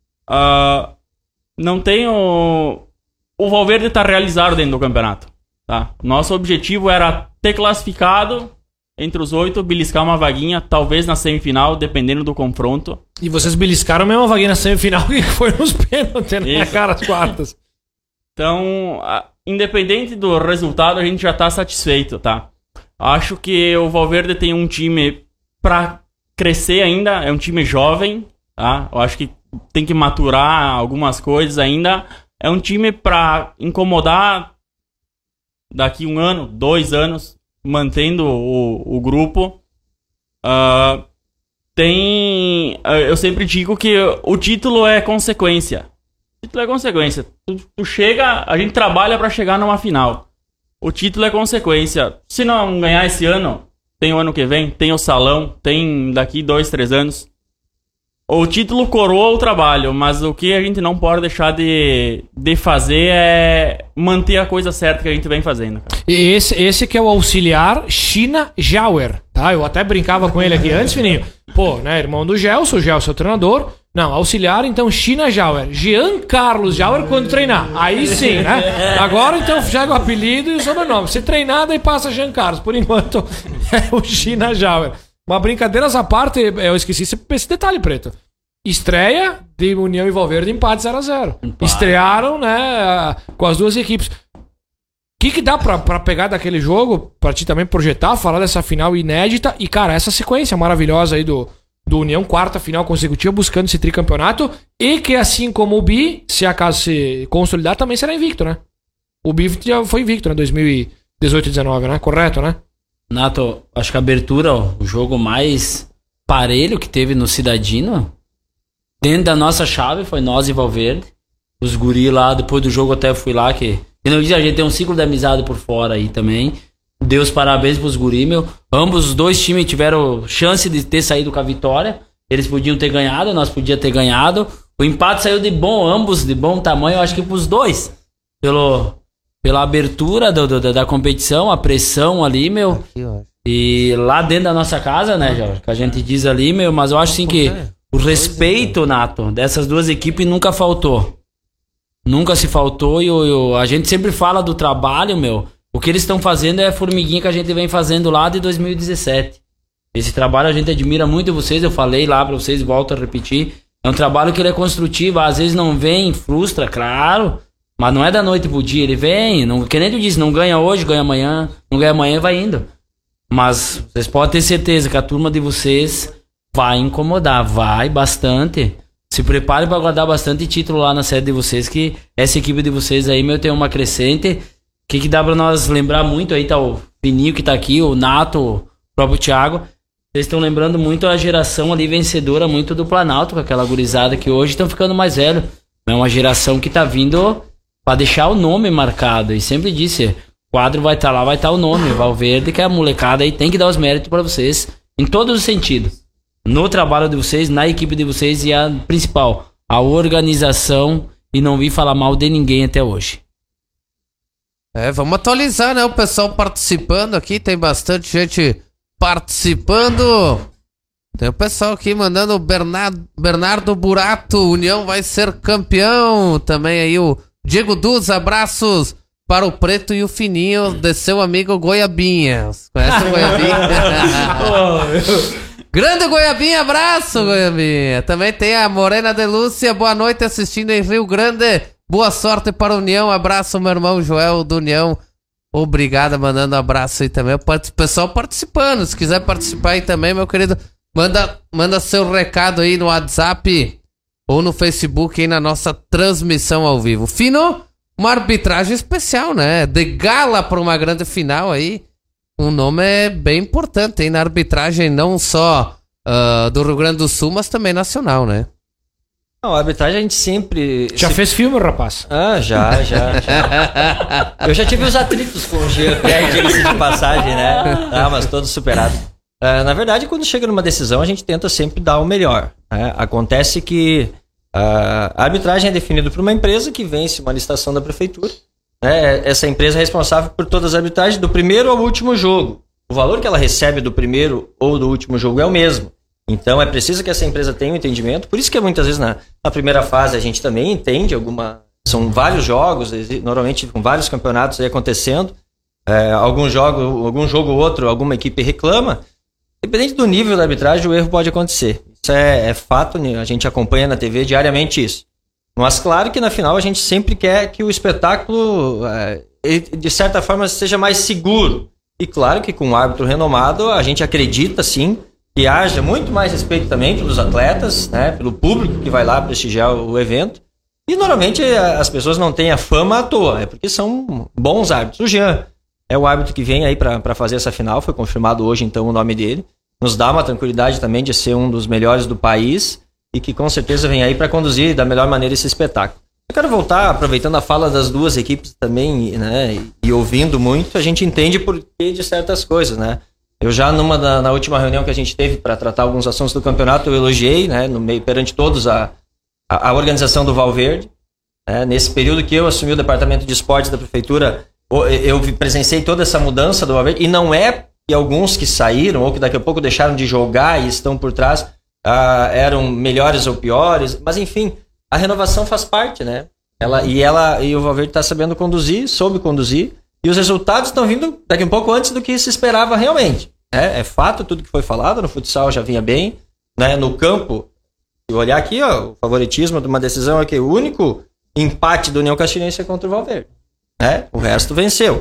não tem o Valverde está realizado dentro do campeonato. Tá? Nosso objetivo era ter classificado entre os 8, beliscar uma vaguinha, talvez na semifinal, dependendo do confronto. E vocês beliscaram a mesma vaguinha na semifinal que foi nos pênaltis, né, cara, as quartas. Então, independente do resultado, a gente já está satisfeito, tá? Acho que o Valverde tem um time para crescer ainda, é um time jovem, tá? Eu acho que tem que maturar algumas coisas ainda. É um time pra incomodar daqui 1 ano, 2 anos, mantendo o grupo. Eu sempre digo que o título é consequência. O título é consequência. Tu chega, a gente trabalha pra chegar numa final. O título é consequência. Se não ganhar esse ano, tem o ano que vem, tem o salão, tem daqui 2, 3 anos. O título coroa o trabalho, mas o que a gente não pode deixar de fazer é manter a coisa certa que a gente vem fazendo. Cara. Esse que é o auxiliar China Jauer, tá? Eu até brincava com ele aqui antes, Fininho. Pô, né, irmão do Gelson, o Gelson é o treinador. Não, auxiliar, então, China Jauer. Jean Carlos Jauer quando treinar. Aí sim, né? Agora, então, já é o apelido e o sobrenome. Se treinar, daí passa Jean Carlos. Por enquanto, é o China Jauer. Uma brincadeiras à parte, eu esqueci esse detalhe, Preto. Estreia de União e Valverde, empate 0-0. Estrearam, né, com as duas equipes. O que dá pra pegar daquele jogo, pra ti também projetar, falar dessa final inédita e, cara, essa sequência maravilhosa aí do União, 4ª final consecutiva, buscando esse tricampeonato e que, assim como o Bi, se acaso se consolidar, também será invicto, né? O Bi já foi invicto, né, 2018 e 19, né? Correto, né? Nato, acho que a abertura, o jogo mais parelho que teve no Cidadino, dentro da nossa chave, foi nós e Valverde. Os guri lá, depois do jogo até fui lá, que não diz, a gente tem um ciclo de amizade por fora aí também. Deu os parabéns pros guri, meu. Ambos os dois times tiveram chance de ter saído com a vitória. Eles podiam ter ganhado, nós podíamos ter ganhado. O empate saiu de bom, ambos de bom tamanho, eu acho que pros dois. Pela abertura da competição, a pressão ali, meu. E lá dentro da nossa casa, né, Jorge? Que a gente diz ali, meu, mas eu acho assim que o respeito, Nato, dessas duas equipes nunca faltou. Nunca se faltou e a gente sempre fala do trabalho, meu. O que eles estão fazendo é a formiguinha que a gente vem fazendo lá de 2017. Esse trabalho a gente admira muito vocês, eu falei lá pra vocês, volto a repetir. É um trabalho que ele é construtivo, às vezes não vem, frustra, claro. Mas não é da noite pro dia, ele vem, não, que nem tu disse, não ganha hoje, ganha amanhã, não ganha amanhã, vai indo. Mas vocês podem ter certeza que a turma de vocês vai incomodar, vai bastante. Se preparem para guardar bastante título lá na sede de vocês, que essa equipe de vocês aí, meu, tem uma crescente. O que dá pra nós lembrar muito aí, tá o Fininho que tá aqui, o Nato, o próprio Thiago. Vocês estão lembrando muito a geração ali vencedora, muito do Planalto, com aquela gurizada que hoje estão ficando mais velho. É uma geração que tá vindo pra deixar o nome marcado. E sempre disse, o quadro vai estar lá, vai estar o nome. Valverde, que é a molecada aí, tem que dar os méritos pra vocês, em todos os sentidos. No trabalho de vocês, na equipe de vocês e a principal, a organização, e não vi falar mal de ninguém até hoje. Vamos atualizar, né? O pessoal participando aqui, tem bastante gente participando. Tem o pessoal aqui mandando o Bernardo Burato, União vai ser campeão. Também aí o Diego Duz, abraços para o Preto e o Fininho de seu amigo Goiabinha. Conhece o Goiabinha? Grande Goiabinha, abraço, Goiabinha. Também tem a Morena de Lúcia, boa noite, assistindo em Rio Grande. Boa sorte para a União, abraço, meu irmão Joel do União. Obrigado, mandando um abraço aí também. O pessoal participando, se quiser participar aí também, meu querido, manda seu recado aí no WhatsApp ou no Facebook aí na nossa transmissão ao vivo. Fino, uma arbitragem especial, né? De gala para uma grande final aí. Um nome é bem importante aí na arbitragem, não só do Rio Grande do Sul, mas também nacional, né? Não, a arbitragem a gente sempre... Já fez filme, rapaz? Ah, já. Eu já tive os atritos com o Jean Pierre, diga-se de passagem, né? Ah, mas todos superados. Na verdade, quando chega numa decisão, a gente tenta sempre dar o melhor. Né? Acontece que a arbitragem é definida por uma empresa que vence uma licitação da prefeitura. Né? Essa empresa é responsável por todas as arbitragens do primeiro ao último jogo. O valor que ela recebe do primeiro ou do último jogo é o mesmo. Então é preciso que essa empresa tenha um entendimento. Por isso que muitas vezes na primeira fase a gente também entende são vários jogos, normalmente com vários campeonatos aí acontecendo. Algum jogo ou outro, alguma equipe reclama. Independente do nível da arbitragem, o erro pode acontecer. Isso é fato, a gente acompanha na TV diariamente isso. Mas claro que na final a gente sempre quer que o espetáculo, de certa forma, seja mais seguro. E claro que com um árbitro renomado, a gente acredita sim que haja muito mais respeito também pelos atletas, né, pelo público que vai lá prestigiar o evento. E normalmente as pessoas não têm a fama à toa, é porque são bons árbitros. O Jean é o árbitro que vem aí para fazer essa final, foi confirmado hoje então o nome dele. Nos dá uma tranquilidade também de ser um dos melhores do país e que com certeza vem aí para conduzir da melhor maneira esse espetáculo. Eu quero voltar, aproveitando a fala das duas equipes também, né, e ouvindo muito, a gente entende por que de certas coisas, né? Eu já na última reunião que a gente teve para tratar alguns assuntos do campeonato, eu elogiei, né, no meio perante todos a organização do Valverde. Nesse período que eu assumi o departamento de esportes da prefeitura, eu presenciei toda essa mudança do Valverde, e não é que alguns que saíram ou que daqui a pouco deixaram de jogar e estão por trás eram melhores ou piores, mas enfim, a renovação faz parte, né? E o Valverde está sabendo conduzir, soube conduzir, e os resultados estão vindo daqui a um pouco antes do que se esperava realmente. É fato tudo que foi falado, no futsal já vinha bem, né? No campo, se olhar aqui, o favoritismo de uma decisão é que o único empate do União Caxirense é contra o Valverde. O resto venceu.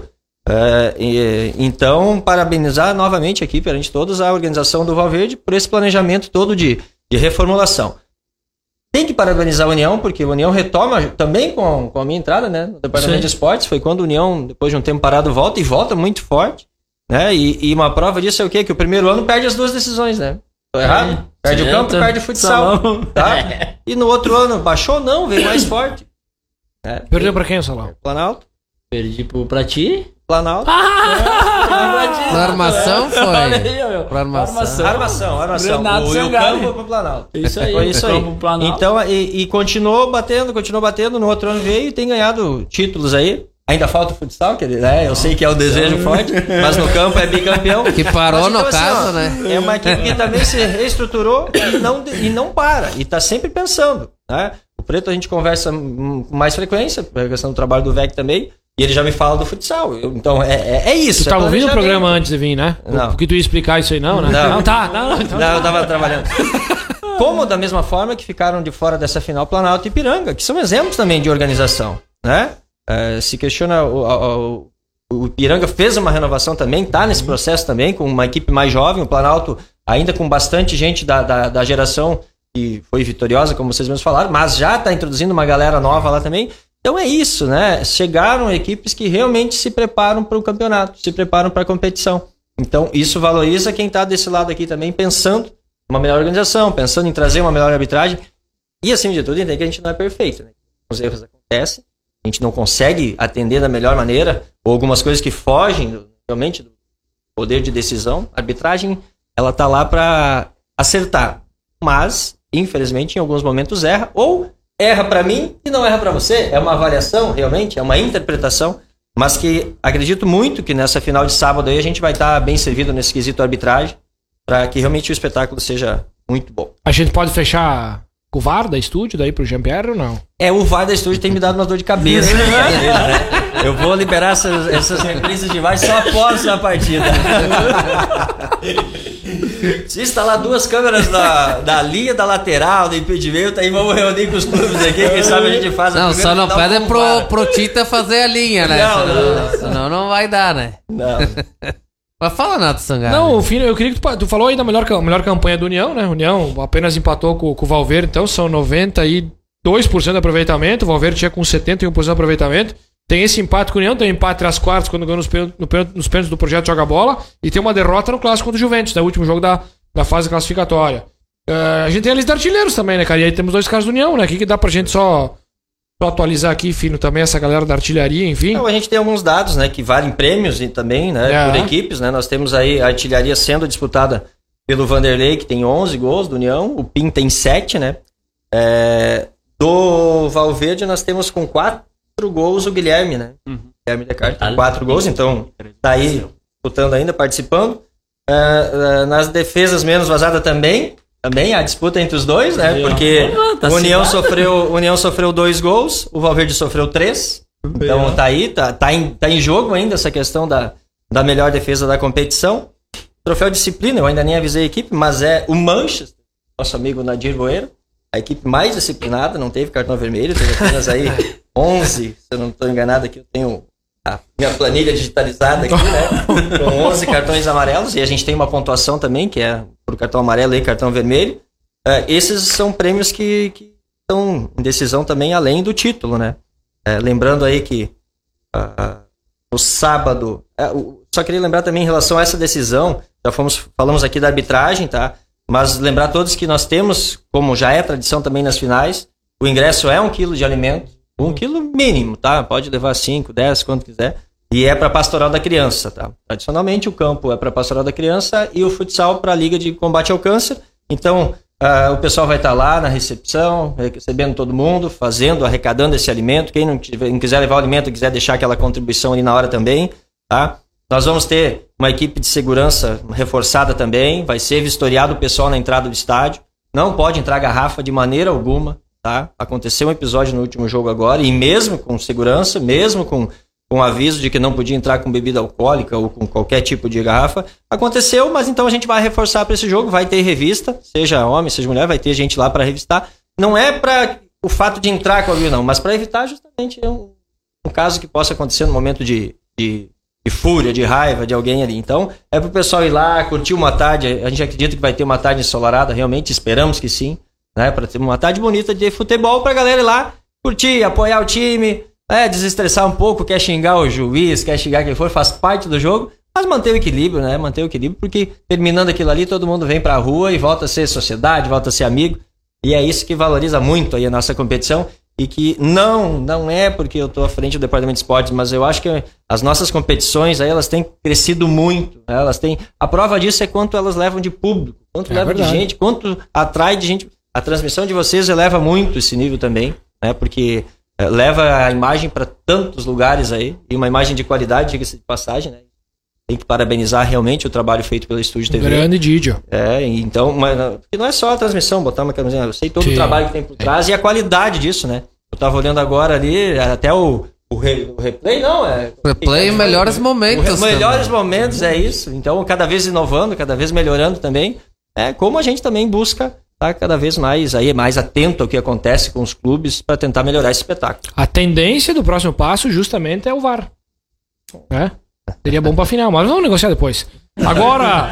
Então, parabenizar novamente aqui perante todos a organização do Valverde por esse planejamento todo de reformulação. Tem que parabenizar a União, porque a União retoma também com a minha entrada, né, no departamento de esportes. Foi quando a União, depois de um tempo parado, volta e volta muito forte. Né? E uma prova disso é o quê? Que o primeiro ano perde as duas decisões, né? Tô errado? Perde o campo, perde o futsal. Tá? E no outro ano, baixou? Não, veio mais forte. Perdeu pra quem, Salão? Planalto. Perdi pra ti. Planalto. Na armação foi? Pra armação. Renato o campo pro Planalto. Isso aí. Foi isso aí. Então, e continuou batendo. No outro ano veio e tem ganhado títulos aí. Ainda falta o futsal, eu sei que é o desejo forte, mas no campo é bicampeão. Que parou no caso, né? É uma equipe que também se reestruturou e não para. E tá sempre pensando, né? O Preto a gente conversa com mais frequência, a questão do trabalho do VEC também. E ele já me fala do futsal. Então, é isso. Tu tava ouvindo o programa antes de vir, né? Não. Porque tu ia explicar isso aí, não, né? Não, tá. Não, eu tava trabalhando. Como da mesma forma que ficaram de fora dessa final Planalto e Ipiranga, que são exemplos também de organização, né? Se questiona, o Ipiranga fez uma renovação também, tá nesse processo também, com uma equipe mais jovem, o Planalto ainda com bastante gente da geração que foi vitoriosa, como vocês mesmos falaram, mas já tá introduzindo uma galera nova lá também. Então é isso, né? Chegaram equipes que realmente se preparam para o campeonato, se preparam para a competição. Então isso valoriza quem está desse lado aqui também, pensando numa melhor organização, pensando em trazer uma melhor arbitragem. E acima de tudo, entender que a gente não é perfeito, né? Os erros acontecem, a gente não consegue atender da melhor maneira, ou algumas coisas que fogem realmente do poder de decisão. A arbitragem, ela tá lá para acertar, mas infelizmente em alguns momentos erra, ou erra para mim e não erra para você. É uma avaliação, realmente, é uma interpretação, mas que acredito muito que nessa final de sábado aí a gente vai estar bem servido nesse quesito arbitragem, para que realmente o espetáculo seja muito bom. A gente pode fechar o VAR da estúdio daí pro Jean-Pierre ou não? O VAR da estúdio tem me dado uma dor de cabeça. Né? Eu vou liberar essas reprises de VAR só após a partida. Se instalar 2 câmeras da linha, da lateral, do impedimento, aí vamos reunir com os clubes aqui, quem sabe a gente faz a Não, só não pede pro Tita fazer a linha, né? Não. Senão não vai dar, né? Não. Mas fala, Nato Sangalo. Não, eu queria que tu falou aí da melhor campanha do União, né? União apenas empatou com o Valverde, então são 92% de aproveitamento. O Valverde tinha com 71% de aproveitamento. Tem esse empate com o União, tem um empate entre as quartas quando ganhou nos pênaltis do Projeto Joga Bola, e tem uma derrota no clássico contra o Juventus, no último jogo da fase classificatória. A gente tem a lista de artilheiros também, né, cara? E aí temos 2 caras do União, né? O que dá pra gente só atualizar aqui, Fino, também essa galera da artilharia, enfim? Então, a gente tem alguns dados, né, que valem prêmios e também, né, por equipes, né? Nós temos aí a artilharia sendo disputada pelo Vanderlei, que tem 11 gols do União, o Pim tem 7, né? Do Valverde nós temos com 4 gols o Guilherme, né? Guilherme Descartes tem 4 gols, então tá aí disputando ainda, participando. Nas defesas menos vazadas também a disputa entre os dois, né? Porque o União sofreu 2 gols, o Valverde sofreu 3. Então tá aí, tá em jogo ainda essa questão da melhor defesa da competição. Troféu Disciplina, eu ainda nem avisei a equipe, mas é o Manchester, nosso amigo Nadir Boeira, a equipe mais disciplinada, não teve cartão vermelho, teve apenas aí 11, se eu não estou enganado aqui, eu tenho a minha planilha digitalizada aqui, né? Com 11 cartões amarelos, e a gente tem uma pontuação também, que é por cartão amarelo e cartão vermelho. Esses são prêmios que estão em decisão também, além do título, né? Lembrando aí que no sábado... só queria lembrar também em relação a essa decisão, falamos aqui da arbitragem, tá? Mas lembrar a todos que nós temos, como já é tradição também nas finais, o ingresso é 1 quilo de alimento, 1 quilo mínimo, tá? Pode levar 5, 10, quanto quiser. E é para Pastoral da Criança, tá? Tradicionalmente o campo é para Pastoral da Criança e o futsal para a Liga de Combate ao Câncer. Então o pessoal vai estar lá na recepção, recebendo todo mundo, arrecadando esse alimento. Quem não quiser levar o alimento, quiser deixar aquela contribuição ali na hora também, tá? Nós vamos ter uma equipe de segurança reforçada também, vai ser vistoriado o pessoal na entrada do estádio, não pode entrar garrafa de maneira alguma, tá? Aconteceu um episódio no último jogo agora, e mesmo com segurança, mesmo com aviso de que não podia entrar com bebida alcoólica ou com qualquer tipo de garrafa, aconteceu, mas então a gente vai reforçar para esse jogo, vai ter revista, seja homem, seja mulher, vai ter gente lá para revistar. Não é para o fato de entrar com a bebida, não, mas para evitar justamente um caso que possa acontecer no momento de fúria, de raiva de alguém ali. Então, é pro pessoal ir lá, curtir uma tarde. A gente acredita que vai ter uma tarde ensolarada, realmente, esperamos que sim, né? Para ter uma tarde bonita de futebol pra galera ir lá, curtir, apoiar o time, desestressar um pouco, quer xingar o juiz, quer xingar quem for, faz parte do jogo, mas manter o equilíbrio, né? Manter o equilíbrio, porque terminando aquilo ali, todo mundo vem pra rua e volta a ser sociedade, volta a ser amigo, e é isso que valoriza muito aí a nossa competição. E que não é porque eu estou à frente do departamento de esportes, mas eu acho que as nossas competições aí, elas têm crescido muito, né? A prova disso é quanto elas levam de público, quanto leva de gente, quanto atrai de gente. A transmissão de vocês eleva muito esse nível também, né? Porque leva a imagem para tantos lugares aí, e uma imagem de qualidade, diga-se de passagem, né? Tem que parabenizar realmente o trabalho feito pelo Estúdio TV. Grande Didio. Então, mas não é só a transmissão, botar uma camisinha, eu sei todo o trabalho que tem por trás e a qualidade disso, né? Eu tava olhando agora ali, até o replay, não, replay, melhores momentos. Melhores momentos, é isso. Então, cada vez inovando, cada vez melhorando também. Como a gente também busca estar cada vez mais atento ao que acontece com os clubes para tentar melhorar esse espetáculo. A tendência do próximo passo justamente é o VAR. Seria bom pra final, mas vamos negociar depois. Agora,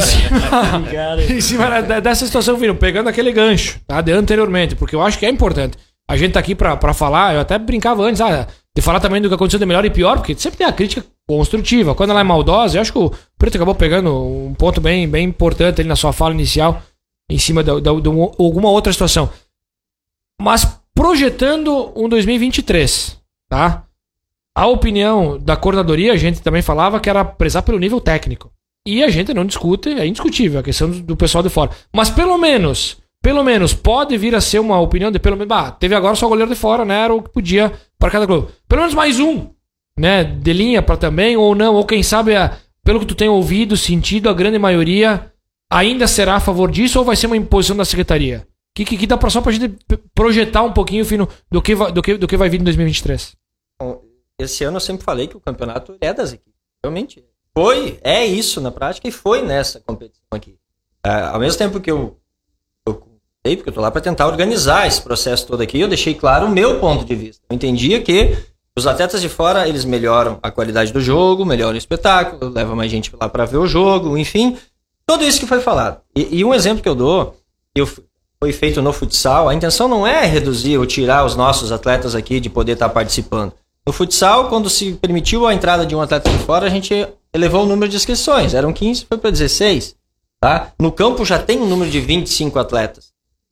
em cima dessa situação, viram, pegando aquele gancho, tá, de anteriormente, porque eu acho que é importante. A gente tá aqui pra falar, eu até brincava antes, de falar também do que aconteceu de melhor e pior, porque sempre tem a crítica construtiva. Quando ela é maldosa, eu acho que o Preto acabou pegando um ponto bem, bem importante ali na sua fala inicial, em cima de alguma outra situação. Mas projetando um 2023, tá? A opinião da coordenadoria, a gente também falava que era prezar pelo nível técnico. E a gente não discute, é indiscutível a questão do pessoal de fora. Mas pelo menos, pode vir a ser uma opinião de pelo menos, teve agora só o goleiro de fora, né? Era o que podia para cada clube. Pelo menos mais um, né? De linha para também, ou não, ou quem sabe, pelo que tu tem ouvido, sentido, a grande maioria ainda será a favor disso, ou vai ser uma imposição da secretaria? que dá só pra gente projetar um pouquinho, Fino, do que vai vir em 2023? Bom, esse ano eu sempre falei que o campeonato é das equipes. Realmente é isso na prática e foi nessa competição aqui. Ao mesmo tempo que eu porque eu estou lá para tentar organizar esse processo todo aqui, eu deixei claro o meu ponto de vista. Eu entendia que os atletas de fora, eles melhoram a qualidade do jogo, melhoram o espetáculo, levam mais gente lá para ver o jogo, enfim, tudo isso que foi falado. E um exemplo que eu dou, foi feito no futsal, a intenção não é reduzir ou tirar os nossos atletas aqui de poder estar participando. No futsal, quando se permitiu a entrada de um atleta de fora, a gente elevou o número de inscrições, eram 15, foi para 16. Tá? No campo já tem um número de 25 atletas.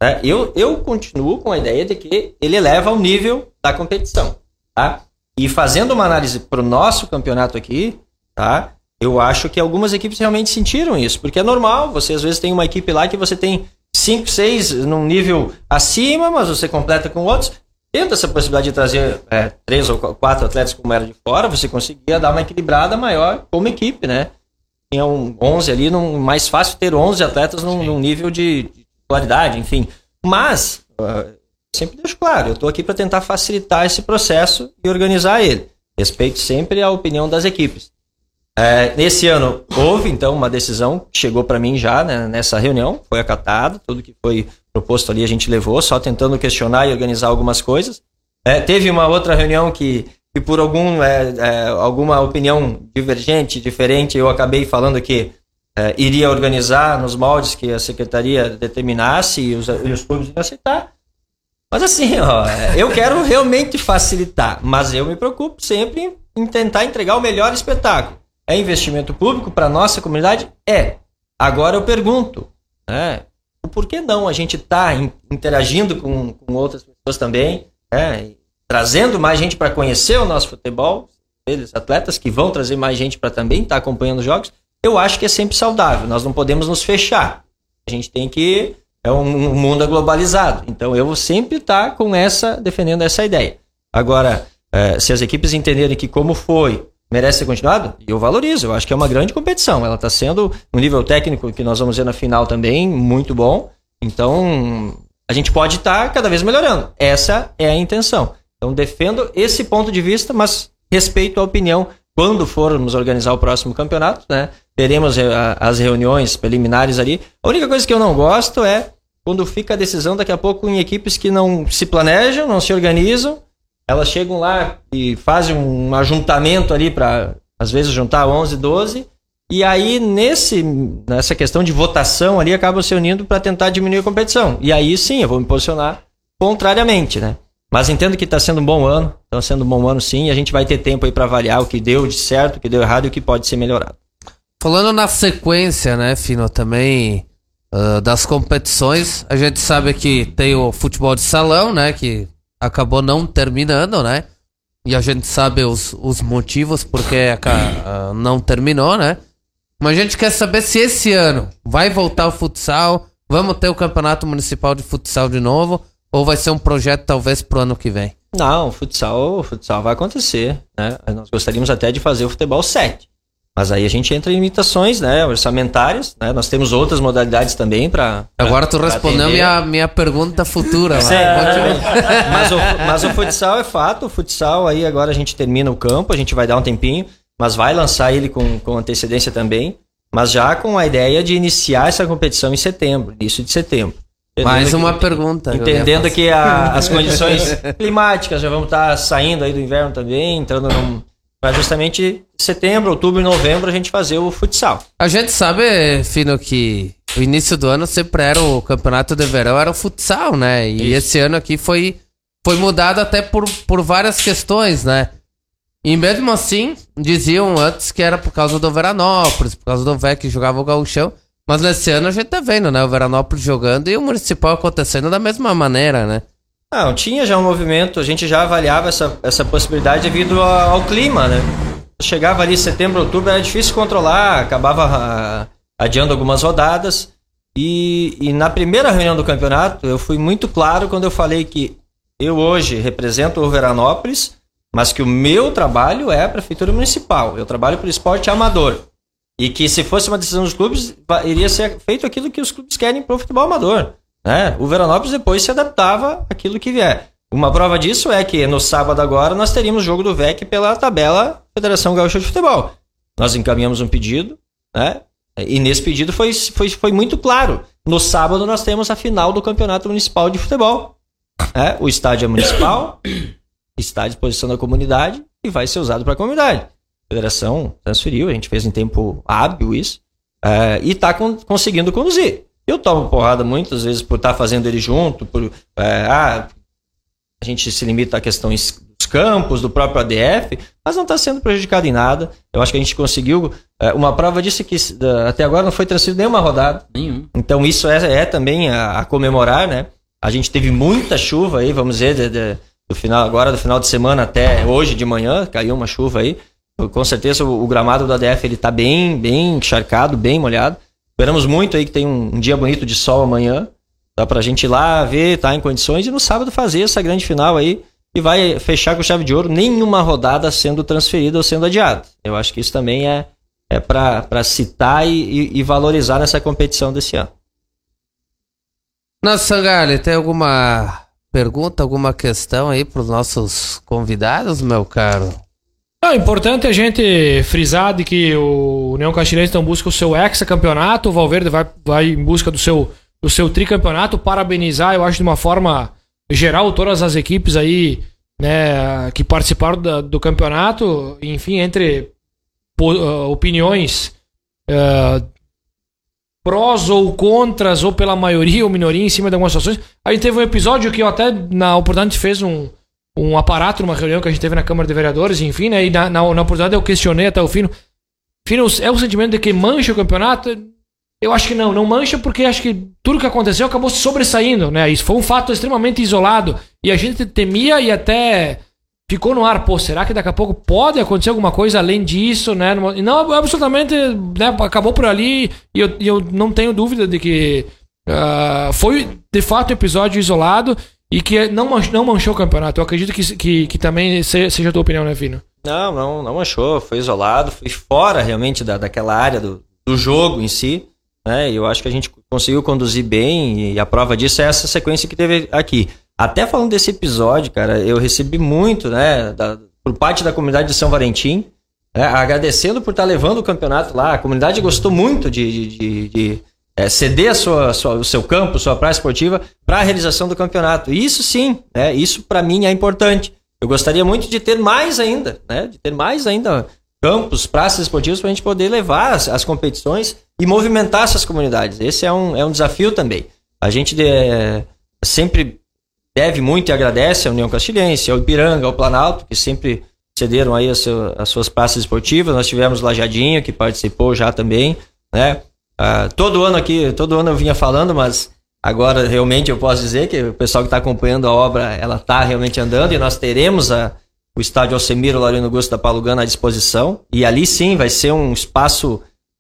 Eu continuo com a ideia de que ele eleva o nível da competição, tá? E fazendo uma análise para o nosso campeonato aqui, tá? Eu acho que algumas equipes realmente sentiram isso, porque é normal, você às vezes tem uma equipe lá que você tem 5, 6 num nível acima, mas você completa com outros. Tendo essa possibilidade de trazer 3 ou 4 atletas como era de fora, você conseguia dar uma equilibrada maior como equipe, né? Tinha 11 ali, mais fácil ter 11 atletas num nível de qualidade, enfim. Mas, sempre deixo claro, eu estou aqui para tentar facilitar esse processo e organizar ele. Respeito sempre a opinião das equipes. Nesse ano, houve, então, uma decisão que chegou para mim já, né, nessa reunião, foi acatado, tudo que foi proposto ali a gente levou, só tentando questionar e organizar algumas coisas. Teve uma outra reunião que por alguma opinião divergente, diferente, eu acabei falando que iria organizar nos moldes que a secretaria determinasse e os clubes iriam aceitar. Mas assim, eu quero realmente facilitar, mas eu me preocupo sempre em tentar entregar o melhor espetáculo. É investimento público para a nossa comunidade? Agora eu pergunto, o porquê não a gente está interagindo com outras pessoas também, trazendo mais gente para conhecer o nosso futebol, eles atletas que vão trazer mais gente para também estar acompanhando os jogos. Eu acho que é sempre saudável, nós não podemos nos fechar. A gente tem que... É um mundo globalizado. Então eu vou sempre estar defendendo essa ideia. Agora, se as equipes entenderem que como foi, merece ser continuado, eu valorizo. Eu acho que é uma grande competição. Ela está sendo, no nível técnico que nós vamos ver na final também, muito bom. Então, a gente pode estar cada vez melhorando. Essa é a intenção. Então, defendo esse ponto de vista, mas respeito a opinião. Quando formos organizar o próximo campeonato, né? Teremos as reuniões preliminares ali. A única coisa que eu não gosto é quando fica a decisão daqui a pouco em equipes que não se planejam, não se organizam. Elas chegam lá e fazem um ajuntamento ali para, às vezes, juntar 11, 12. E aí, nessa questão de votação ali, acabam se unindo para tentar diminuir a competição. E aí, sim, eu vou me posicionar contrariamente, né? Mas entendo que está sendo um bom ano. Está sendo um bom ano, sim. E a gente vai ter tempo aí para avaliar o que deu de certo, o que deu errado e o que pode ser melhorado. Falando na sequência, né, Fino, também das competições, a gente sabe que tem o futebol de salão, né, que acabou não terminando, né, e a gente sabe os motivos porque não terminou, né, mas a gente quer saber se esse ano vai voltar o futsal, vamos ter o campeonato municipal de futsal de novo, ou vai ser um projeto talvez pro ano que vem? Não, o futsal vai acontecer, né, nós gostaríamos até de fazer o futebol 7. Mas aí a gente entra em limitações, né, orçamentárias, né? Nós temos outras modalidades também para. Agora tu respondeu minha pergunta futura. Mas o futsal é fato. O futsal aí agora a gente termina o campo, a gente vai dar um tempinho, mas vai lançar ele com antecedência também, mas já com a ideia de iniciar essa competição em setembro, início de setembro. Mais uma pergunta. Entendendo que as condições climáticas já vamos estar saindo aí do inverno também, entrando Mas justamente setembro, outubro e novembro a gente fazer o futsal. A gente sabe, Fino, que o início do ano sempre era o campeonato de verão, era o futsal, né? E esse ano aqui foi mudado até por várias questões, né? E mesmo assim, diziam antes que era por causa do Veranópolis, por causa do VEC que jogava o Gauchão. Mas nesse ano a gente tá vendo, né? O Veranópolis jogando e o Municipal acontecendo da mesma maneira, né? Não, tinha já um movimento, a gente já avaliava essa possibilidade devido ao clima, né? Chegava ali setembro, outubro, era difícil controlar, acabava adiando algumas rodadas. E na primeira reunião do campeonato, eu fui muito claro quando eu falei que eu hoje represento o Veranópolis, mas que o meu trabalho é a Prefeitura Municipal. Eu trabalho para o esporte amador. E que se fosse uma decisão dos clubes, iria ser feito aquilo que os clubes querem para o futebol amador. né? O Veranópolis depois se adaptava àquilo que vier. Uma prova disso é que no sábado agora nós teríamos jogo do VEC pela tabela Federação Gaúcha de Futebol. Nós encaminhamos um pedido, né? E nesse pedido foi muito claro. No sábado nós temos a final do Campeonato Municipal de Futebol. Né? O estádio é municipal, está à disposição da comunidade e vai ser usado para a comunidade. A federação transferiu, a gente fez em tempo hábil isso, e está conseguindo conduzir. Eu tomo porrada muitas vezes por estar fazendo ele junto, a gente se limita à questão dos campos, do próprio ADF, mas não está sendo prejudicado em nada. Eu acho que a gente conseguiu. Uma prova disso é que até agora não foi transferido nenhuma rodada. Nenhum. Então isso é também a comemorar, né? A gente teve muita chuva aí, vamos dizer, do final de semana até hoje de manhã, caiu uma chuva aí. Com certeza o gramado do ADF ele tá bem encharcado, bem molhado. Esperamos muito aí que tem um dia bonito de sol amanhã. Dá pra gente ir lá ver, tá em condições, e no sábado fazer essa grande final aí. E vai fechar com chave de ouro, nenhuma rodada sendo transferida ou sendo adiada. Eu acho que isso também é para citar e valorizar nessa competição desse ano. Nossa, Sangalli, tem alguma pergunta, alguma questão aí para os nossos convidados, meu caro? É importante a gente frisar de que o União Caxirense então busca o seu hexacampeonato, o Valverde vai em busca do seu tricampeonato, parabenizar, eu acho, de uma forma geral, todas as equipes aí, né, que participaram do campeonato, enfim, entre opiniões prós ou contras, ou pela maioria ou minoria em cima de algumas situações. A gente teve um episódio que eu até, na oportunidade, fez um aparato numa reunião que a gente teve na Câmara de Vereadores, enfim, né, e na oportunidade eu questionei até o Fino, é o sentimento de que mancha o campeonato? Eu acho que não mancha, porque acho que tudo que aconteceu acabou se sobressaindo, né? Isso foi um fato extremamente isolado e a gente temia e até ficou no ar. Pô, será que daqui a pouco pode acontecer alguma coisa além disso, né? E não, absolutamente, né? Acabou por ali e eu não tenho dúvida de que foi de fato um episódio isolado e que não manchou o campeonato. Eu acredito que também seja a tua opinião, né, Vino? Não manchou, foi isolado, foi fora realmente daquela área do jogo em si. Eu acho que a gente conseguiu conduzir bem e a prova disso é essa sequência que teve aqui. Até falando desse episódio, cara, eu recebi muito, né, por parte da comunidade de São Valentim, agradecendo por estar levando o campeonato lá. A comunidade gostou muito de ceder o seu campo, sua praia esportiva para a realização do campeonato. E isso sim, isso para mim é importante. Eu gostaria muito de ter mais ainda, campos, praças esportivas para a gente poder levar as competições e movimentar essas comunidades. Esse é um desafio também. A gente sempre deve muito e agradece à União Caxirense, ao Ipiranga, ao Planalto, que sempre cederam aí as suas praças esportivas. Nós tivemos Lajadinho, que participou já também, né? Todo ano eu vinha falando, mas agora realmente eu posso dizer que o pessoal que está acompanhando a obra, ela está realmente andando, e nós teremos o estádio Alcemiro Laurino Augusto da Palugana à disposição, e ali sim vai ser um espaço,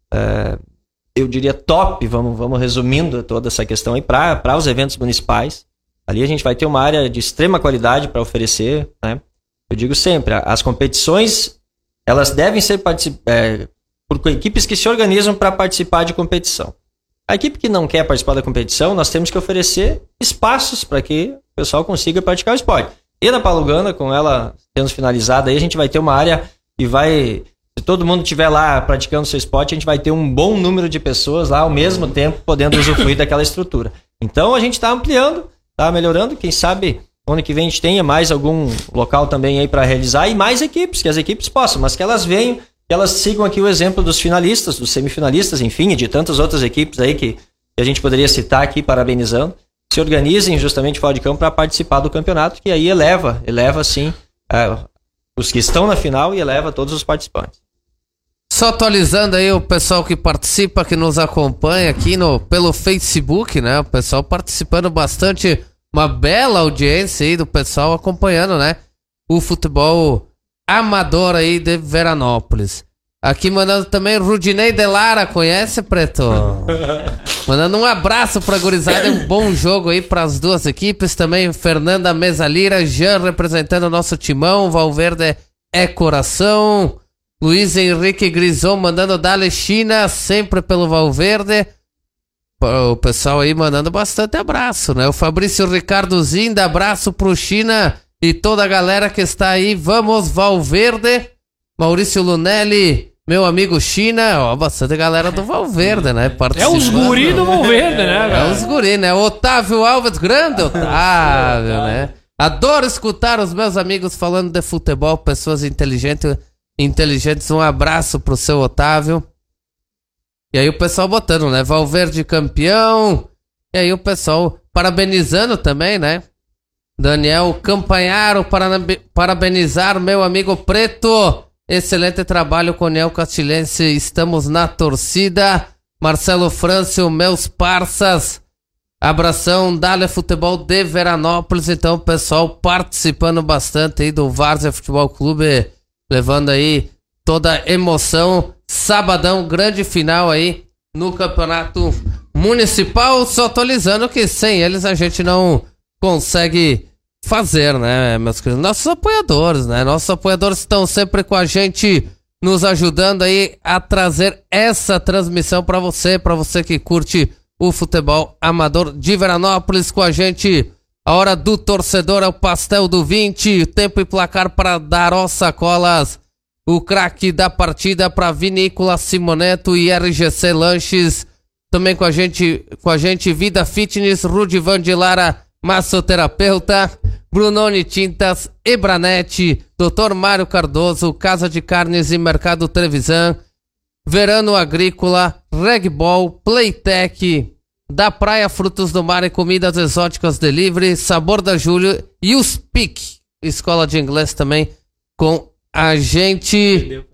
eu diria top, vamos resumindo toda essa questão aí, para os eventos municipais. Ali a gente vai ter uma área de extrema qualidade para oferecer, né? Eu digo sempre, as competições, elas devem ser por equipes que se organizam para participar de competição. A equipe que não quer participar da competição, nós temos que oferecer espaços para que o pessoal consiga praticar o esporte. E na Palugana, com ela tendo finalizada, aí a gente vai ter uma área que se todo mundo estiver lá praticando seu esporte, a gente vai ter um bom número de pessoas lá ao mesmo tempo podendo usufruir daquela estrutura. Então a gente está ampliando, está melhorando, quem sabe ano que vem a gente tenha mais algum local também aí para realizar e mais equipes, que as equipes possam, mas que elas venham, que elas sigam aqui o exemplo dos finalistas, dos semifinalistas, enfim, e de tantas outras equipes aí que a gente poderia citar aqui, parabenizando, se organizem justamente fora de campo para participar do campeonato, que aí eleva sim os que estão na final e eleva todos os participantes. Só atualizando aí o pessoal que participa, que nos acompanha aqui pelo Facebook, né? O pessoal participando bastante, uma bela audiência aí do pessoal acompanhando, né? O futebol amador aí de Veranópolis. Aqui mandando também Rudinei de Lara, conhece, Preto? Mandando um abraço pra gurizada, um bom jogo aí pras duas equipes. Também Fernanda Mesalira, Jean representando o nosso timão, Valverde é coração. Luiz Henrique Grison mandando Dale China, sempre pelo Valverde. o pessoal aí mandando bastante abraço, né? O Fabrício Ricardozinho, abraço pro China e toda a galera que está aí. Vamos, Valverde. Maurício Lunelli, meu amigo China. Ó, bastante galera do Valverde, né? É os guri do Valverde, né? É os guri, né? Otávio Alves, grande Otávio, né? Adoro escutar os meus amigos falando de futebol, pessoas inteligentes. Um abraço pro seu Otávio. E aí o pessoal botando, né? Valverde campeão. E aí o pessoal parabenizando também, né? Daniel Campanharo, parabenizar meu amigo Preto. Excelente trabalho com o União Castilhense. Estamos na torcida. Marcelo Frâncio, meus parças. Abração, Dale Futebol de Veranópolis. Então, pessoal participando bastante aí do Várzea Futebol Clube, levando aí toda a emoção. Sabadão, grande final aí no Campeonato Municipal. Só atualizando que sem eles a gente não consegue fazer, né, meus queridos? Nossos apoiadores, né? Nossos apoiadores estão sempre com a gente, nos ajudando aí a trazer essa transmissão para você que curte o futebol amador de Veranópolis. Com a gente, a hora do torcedor é o Pastel do 20, tempo e placar para Daró Sacolas, o craque da partida para Vinícola Simoneto e RGC Lanches. Também com a gente Vida Fitness, Rudivan de Lara, massoterapeuta, Brunoni Tintas, Ebranete, Dr. Mário Cardoso, Casa de Carnes e Mercado Trevisan, Verano Agrícola, Regbol, Playtech, da Praia Frutos do Mar e Comidas Exóticas Delivery, Sabor da Júlio e os PIC, Escola de Inglês também com a gente.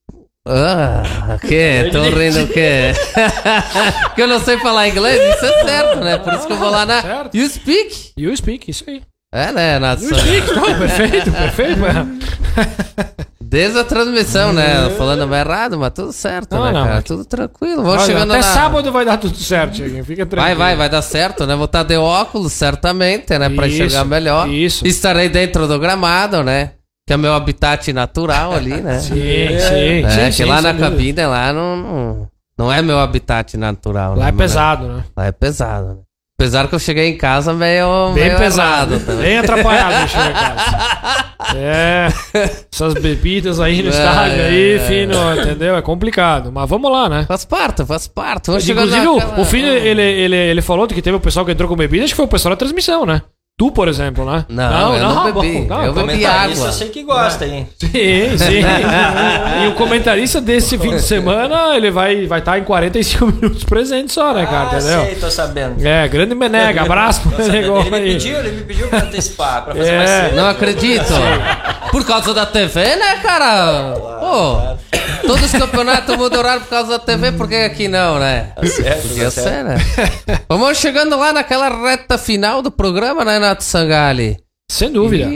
Que? Tô rindo o quê? Porque eu não sei falar inglês, isso é certo, né? Por isso que eu vou lá na Certo. You Speak. You speak, isso aí. É, né, Nath? You speak, não, perfeito, mano. Desde a transmissão, né? Falando mais errado, mas tudo certo, Não, né, não, cara? mas- Tudo tranquilo. Vamos Olha, chegando até na... sábado vai dar tudo certo, Cheguinho. Fica tranquilo. Vai dar certo, né? Vou estar de óculos, certamente, né? Pra Isso, enxergar melhor. isso. Estarei dentro do gramado, né? Que é o meu habitat natural ali, né? Sim. Que lá na sem dúvida. cabine, lá não é meu habitat natural. Lá né? é pesado, né? Lá é pesado, né? Apesar que eu cheguei em casa meio Pesado. errado também. Bem atrapalhado deixa eu em casa. Essas bebidas aí no estádio aí, fino, entendeu? É complicado. Mas vamos lá, né? Faz parte. Vamos chegando Inclusive, naquela- o filho, ele falou que teve o pessoal que entrou com bebida, acho que foi o pessoal da transmissão, né? Tu, por exemplo, né? Não, eu não bebi. bom, Eu bebi Comentarista, água. eu sei que gosta, hein? Sim. E o comentarista desse fim de semana, ele vai estar em 45 minutos presente só, né, cara? Entendeu? Sei, tô sabendo. É, grande Menega, abraço pro Tô sabendo. Menegão aí. Ele me pediu pra antecipar, pra fazer É. mais cedo. Não acredito. Por causa da TV, né, cara? Pô, todos os campeonatos mudam horário por causa da TV, por que aqui não, né? Certo, Podia certo. ser, né? Vamos chegando lá naquela reta final do programa, né, Nato Sangali? Sem dúvida.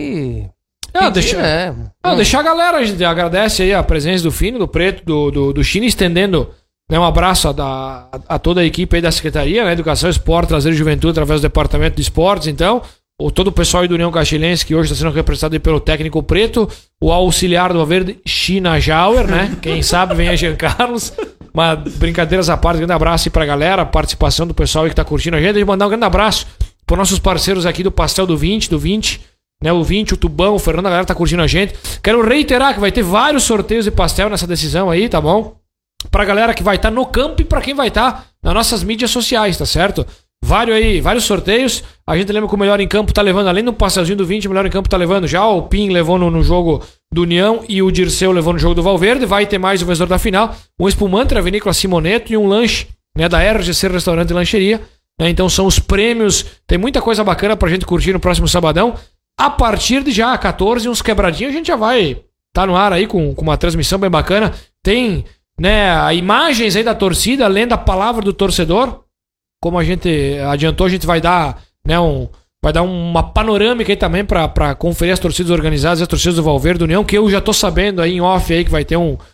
Deixar a galera, a gente agradece aí a presença do Fino, do Preto, do China, estendendo, né, um abraço a toda a equipe aí da Secretaria, né, Educação, Esporte, Lazer e Juventude, através do Departamento de Esportes, então, todo o pessoal aí do União Castilhense, que hoje está sendo representado aí pelo técnico Preto, o auxiliar do Verde, China Jauer, né, quem sabe vem a Jean Carlos, mas brincadeiras à parte, grande abraço aí pra galera, a participação do pessoal aí que tá curtindo a gente, e mandar um grande abraço para nossos parceiros aqui do Pastel do 20, né, o 20, o Tubão, o Fernando, a galera tá curtindo a gente. Quero reiterar que vai ter vários sorteios de pastel nessa decisão aí, tá bom? Pra galera que vai estar no campo e pra quem vai estar nas nossas mídias sociais, tá certo? Vários sorteios. A gente lembra que o Melhor em Campo tá levando, além do pastelzinho do 20, o Melhor em Campo tá levando já. O Pim levou no jogo do União e o Dirceu levou no jogo do Valverde. Vai ter mais o vencedor da final. Um espumante da Vinícola Simoneto e um lanche, né, da RGC Restaurante e Lancheria. Né, então são os prêmios. Tem muita coisa bacana pra gente curtir no próximo sabadão. A partir de já 14, uns quebradinhos, a gente já vai tá no ar aí com uma transmissão bem bacana. Tem, né, imagens aí da torcida, além da palavra do torcedor. Como a gente adiantou, a gente vai dar, né, vai dar uma panorâmica aí também pra conferir as torcidas organizadas, as torcidas do Valverde, do União, que eu já tô sabendo aí em off aí que vai ter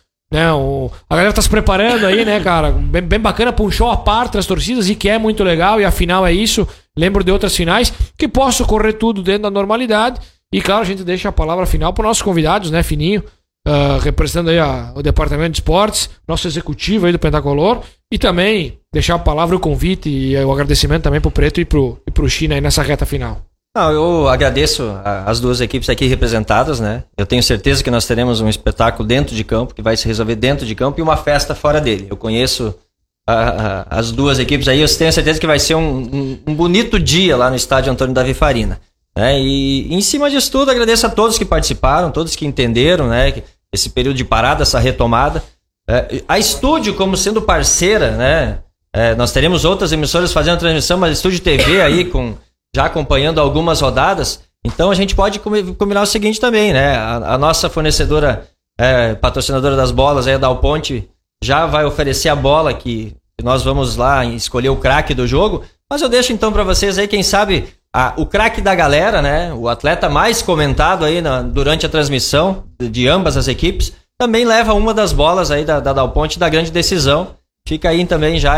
a galera tá se preparando aí, né, cara, bem bacana pra um show à parte das torcidas, e que é muito legal, e a final é isso. Lembro de outras finais, que possa ocorrer tudo dentro da normalidade, e claro, a gente deixa a palavra final para nossos convidados, né, Fininho, representando aí o Departamento de Esportes, nosso executivo aí do Pentacolor, E também deixar a palavra, o convite e o agradecimento também pro Preto e pro China aí nessa reta final. Não, eu agradeço as duas equipes aqui representadas, né? Eu tenho certeza que nós teremos um espetáculo dentro de campo, que vai se resolver dentro de campo, e uma festa fora dele. Eu conheço as duas equipes aí, eu tenho certeza que vai ser um bonito dia lá no estádio Antônio Davi Farina. Né? E em cima disso tudo, agradeço a todos que participaram, todos que entenderam, né? Esse período de parada, essa retomada. A Estúdio, como sendo parceira, né? Nós teremos outras emissoras fazendo transmissão, mas a Estúdio TV aí já acompanhando algumas rodadas, então a gente pode combinar o seguinte também, né? A nossa fornecedora, patrocinadora das bolas, a Dal Ponte, já vai oferecer a bola que nós vamos lá escolher o craque do jogo, mas eu deixo então para vocês aí, quem sabe, o craque da galera, né? O atleta mais comentado aí durante a transmissão de ambas as equipes, também leva uma das bolas aí da Dal Ponte da grande decisão. Fica aí também já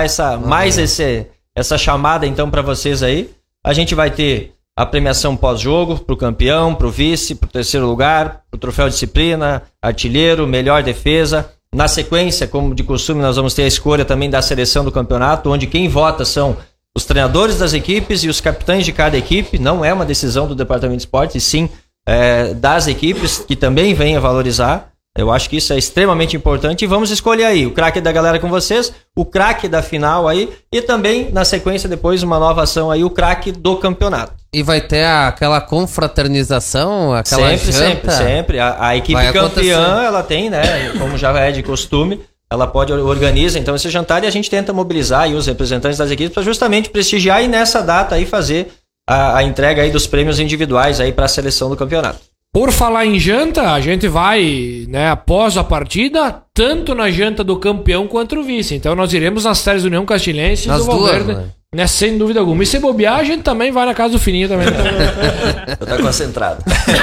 essa chamada então para vocês aí. A gente vai ter a premiação pós-jogo pro campeão, pro vice, pro terceiro lugar, pro troféu disciplina, artilheiro, melhor defesa. Na sequência, como de costume, nós vamos ter a escolha também da seleção do campeonato, onde quem vota são os treinadores das equipes e os capitães de cada equipe. Não é uma decisão do Departamento de Esportes, e sim das equipes, que também vêm a valorizar. Eu acho que isso é extremamente importante, e vamos escolher aí o craque da galera com vocês, o craque da final aí, e também, na sequência, depois, uma nova ação aí, o craque do campeonato. E vai ter aquela confraternização, aquela janta? Sempre. A equipe campeã, ela tem, né, como já é de costume, ela organiza então esse jantar, e a gente tenta mobilizar aí os representantes das equipes para justamente prestigiar e nessa data aí fazer a entrega aí dos prêmios individuais aí para a seleção do campeonato. Por falar em janta, a gente vai, né, após a partida, tanto na janta do campeão quanto do vice. Então nós iremos nas séries do União Castilhense e do Valverde, né, sem dúvida alguma. E se bobear, a gente também vai na casa do Fininho também. Eu tô concentrado.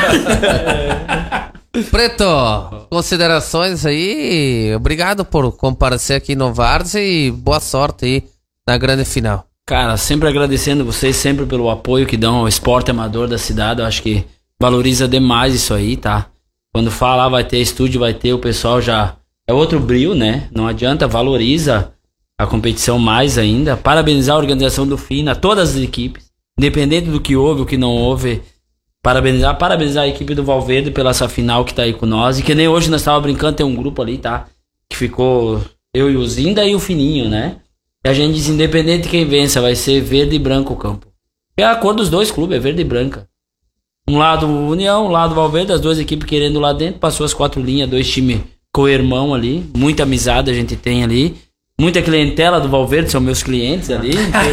Preto, considerações aí. Obrigado por comparecer aqui no Várzea e boa sorte aí na grande final. Cara, sempre agradecendo vocês, sempre pelo apoio que dão ao esporte amador da cidade. Eu acho que valoriza demais isso aí, tá? Quando fala, vai ter estúdio, vai ter, o pessoal já... É outro brilho, né? Não adianta, valoriza a competição mais ainda. Parabenizar a organização do FINA, todas as equipes, independente do que houve, o que não houve. Parabenizar a equipe do Valverde pela essa final que tá aí com nós. E que nem hoje nós tava brincando, tem um grupo ali, tá? Que ficou eu e o Zinda e o Fininho, né? E a gente diz, independente de quem vença, vai ser verde e branco o campo. É a cor dos dois clubes, é verde e branca. Um lado União, um lado Valverde, as duas equipes querendo lá dentro, passou as 4 linhas, 2 times co-irmão ali, muita amizade a gente tem ali, muita clientela do Valverde, são meus clientes ali.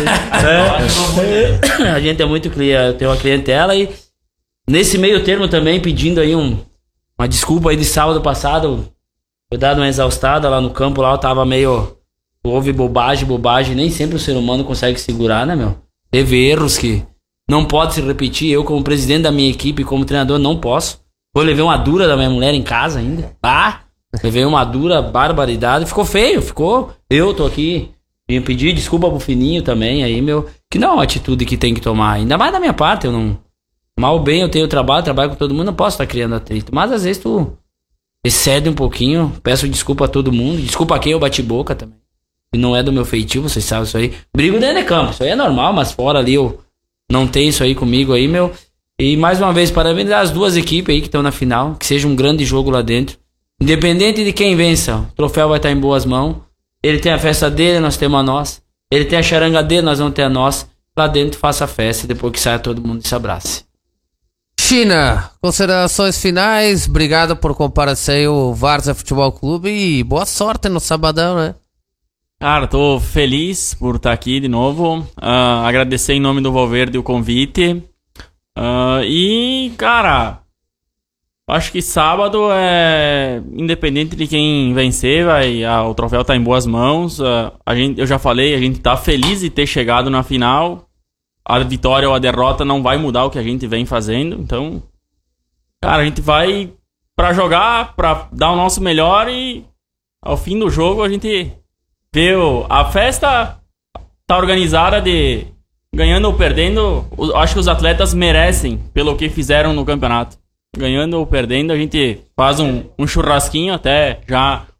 A gente é muito tem uma clientela, e nesse meio termo também pedindo aí uma desculpa aí de sábado passado, foi dado uma exaustada lá no campo, lá eu tava meio, houve bobagem, nem sempre o ser humano consegue segurar, né, meu? Teve erros que não pode se repetir. Eu, como presidente da minha equipe, como treinador, não posso. Eu levei uma dura da minha mulher em casa ainda. Levei uma dura barbaridade. Ficou feio, ficou. Eu tô aqui. Vim pedir desculpa pro Fininho também, aí, meu. Que não é uma atitude que tem que tomar. Ainda mais da minha parte. Eu não. Mal ou bem, eu tenho trabalho com todo mundo. Não posso estar criando atrito. Mas às vezes tu excede um pouquinho. Peço desculpa a todo mundo. Desculpa a quem eu bati boca também. E não é do meu feitio, vocês sabem isso aí. Brigo dentro de campo. Isso aí é normal, mas fora ali eu. Não tem isso aí comigo aí, meu. E mais uma vez, parabenizar as duas equipes aí que estão na final. Que seja um grande jogo lá dentro. Independente de quem vença, o troféu vai estar em boas mãos. Ele tem a festa dele, nós temos a nossa. Ele tem a charanga dele, nós vamos ter a nossa. Lá dentro faça a festa e depois que saia todo mundo se abrace. China, considerações finais. Obrigado por comparecer ao Várzea Futebol Clube e boa sorte no sabadão, né? Cara, tô feliz por estar aqui de novo. Agradecer em nome do Valverde o convite. E, cara, acho que sábado independente de quem vencer, o troféu tá em boas mãos. Eu já falei, a gente tá feliz de ter chegado na final. A vitória ou a derrota não vai mudar o que a gente vem fazendo. Então, cara, a gente vai pra jogar, pra dar o nosso melhor, e ao fim do jogo a gente... A festa tá organizada de ganhando ou perdendo. Acho que os atletas merecem pelo que fizeram no campeonato. Ganhando ou perdendo, a gente faz um churrasquinho, até já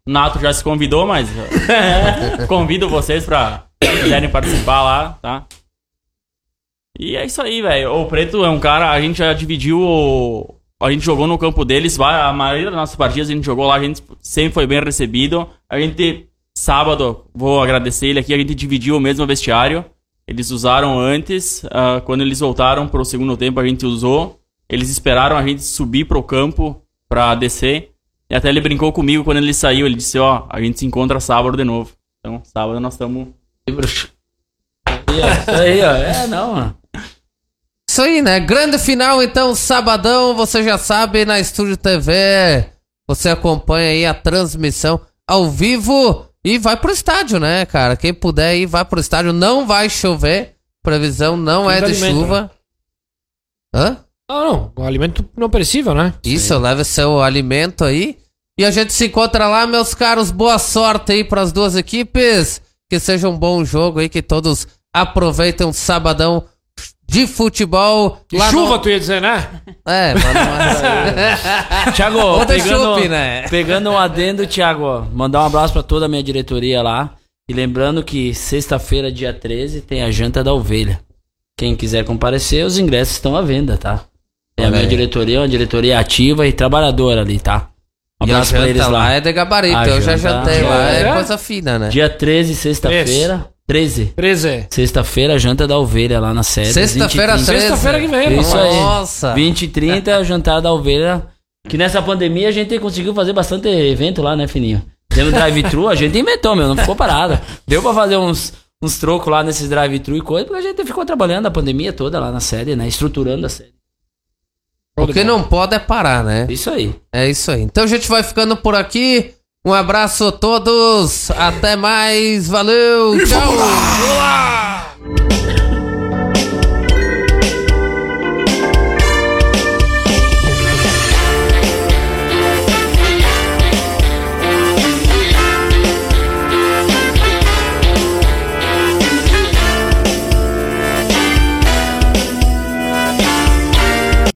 O Nato já se convidou, mas convido vocês pra quiserem participar lá, tá? E é isso aí, velho. O Preto é um cara, a gente já dividiu. A gente jogou no campo deles, a maioria das nossas partidas a gente jogou lá, a gente sempre foi bem recebido. A gente, sábado, vou agradecer ele aqui, a gente dividiu o mesmo vestiário. Eles usaram antes, quando eles voltaram pro segundo tempo a gente usou. Eles esperaram a gente subir pro campo pra descer. E até ele brincou comigo quando ele saiu, ele disse, ó, a gente se encontra sábado de novo. Então, sábado nós estamos... Aí, ó. Mano. Isso aí, né? Grande final, então, sabadão, você já sabe, na Estúdio TV, você acompanha aí a transmissão ao vivo e vai pro estádio, né, cara? Quem puder ir, vai pro estádio, não vai chover, previsão não é de chuva. Hã? Não, o alimento não perecível, né? Isso, leve seu alimento aí. E a gente se encontra lá, meus caros, boa sorte aí pras duas equipes, que seja um bom jogo aí, que todos aproveitem um sabadão de futebol. Lá chuva, tu ia dizer, né? É, mano. Thiago, né? Pegando um adendo, Thiago, ó, mandar um abraço pra toda a minha diretoria lá. E lembrando que sexta-feira, dia 13, tem a Janta da Ovelha. Quem quiser comparecer, os ingressos estão à venda, tá? Tem a minha diretoria, uma diretoria ativa e trabalhadora ali, tá? Um abraço pra eles lá. É de gabarito, eu já jantei lá, é coisa fina, né? Dia 13, sexta-feira. 13. Sexta-feira, Janta da Ovelha lá na sede. Sexta-feira 13. Sexta-feira que vem, isso aí. Nossa. 20 e 30, Jantar da Ovelha. Que nessa pandemia a gente conseguiu fazer bastante evento lá, né, Fininho? Temos drive-thru, a gente inventou, não ficou parado. Deu pra fazer uns trocos lá nesses drive-thru e coisa, porque a gente ficou trabalhando a pandemia toda lá na sede, né? Estruturando a sede. O que não pode é parar, né? Isso aí. É isso aí. Então a gente vai ficando por aqui. Um abraço a todos. Até mais. Valeu. Tchau.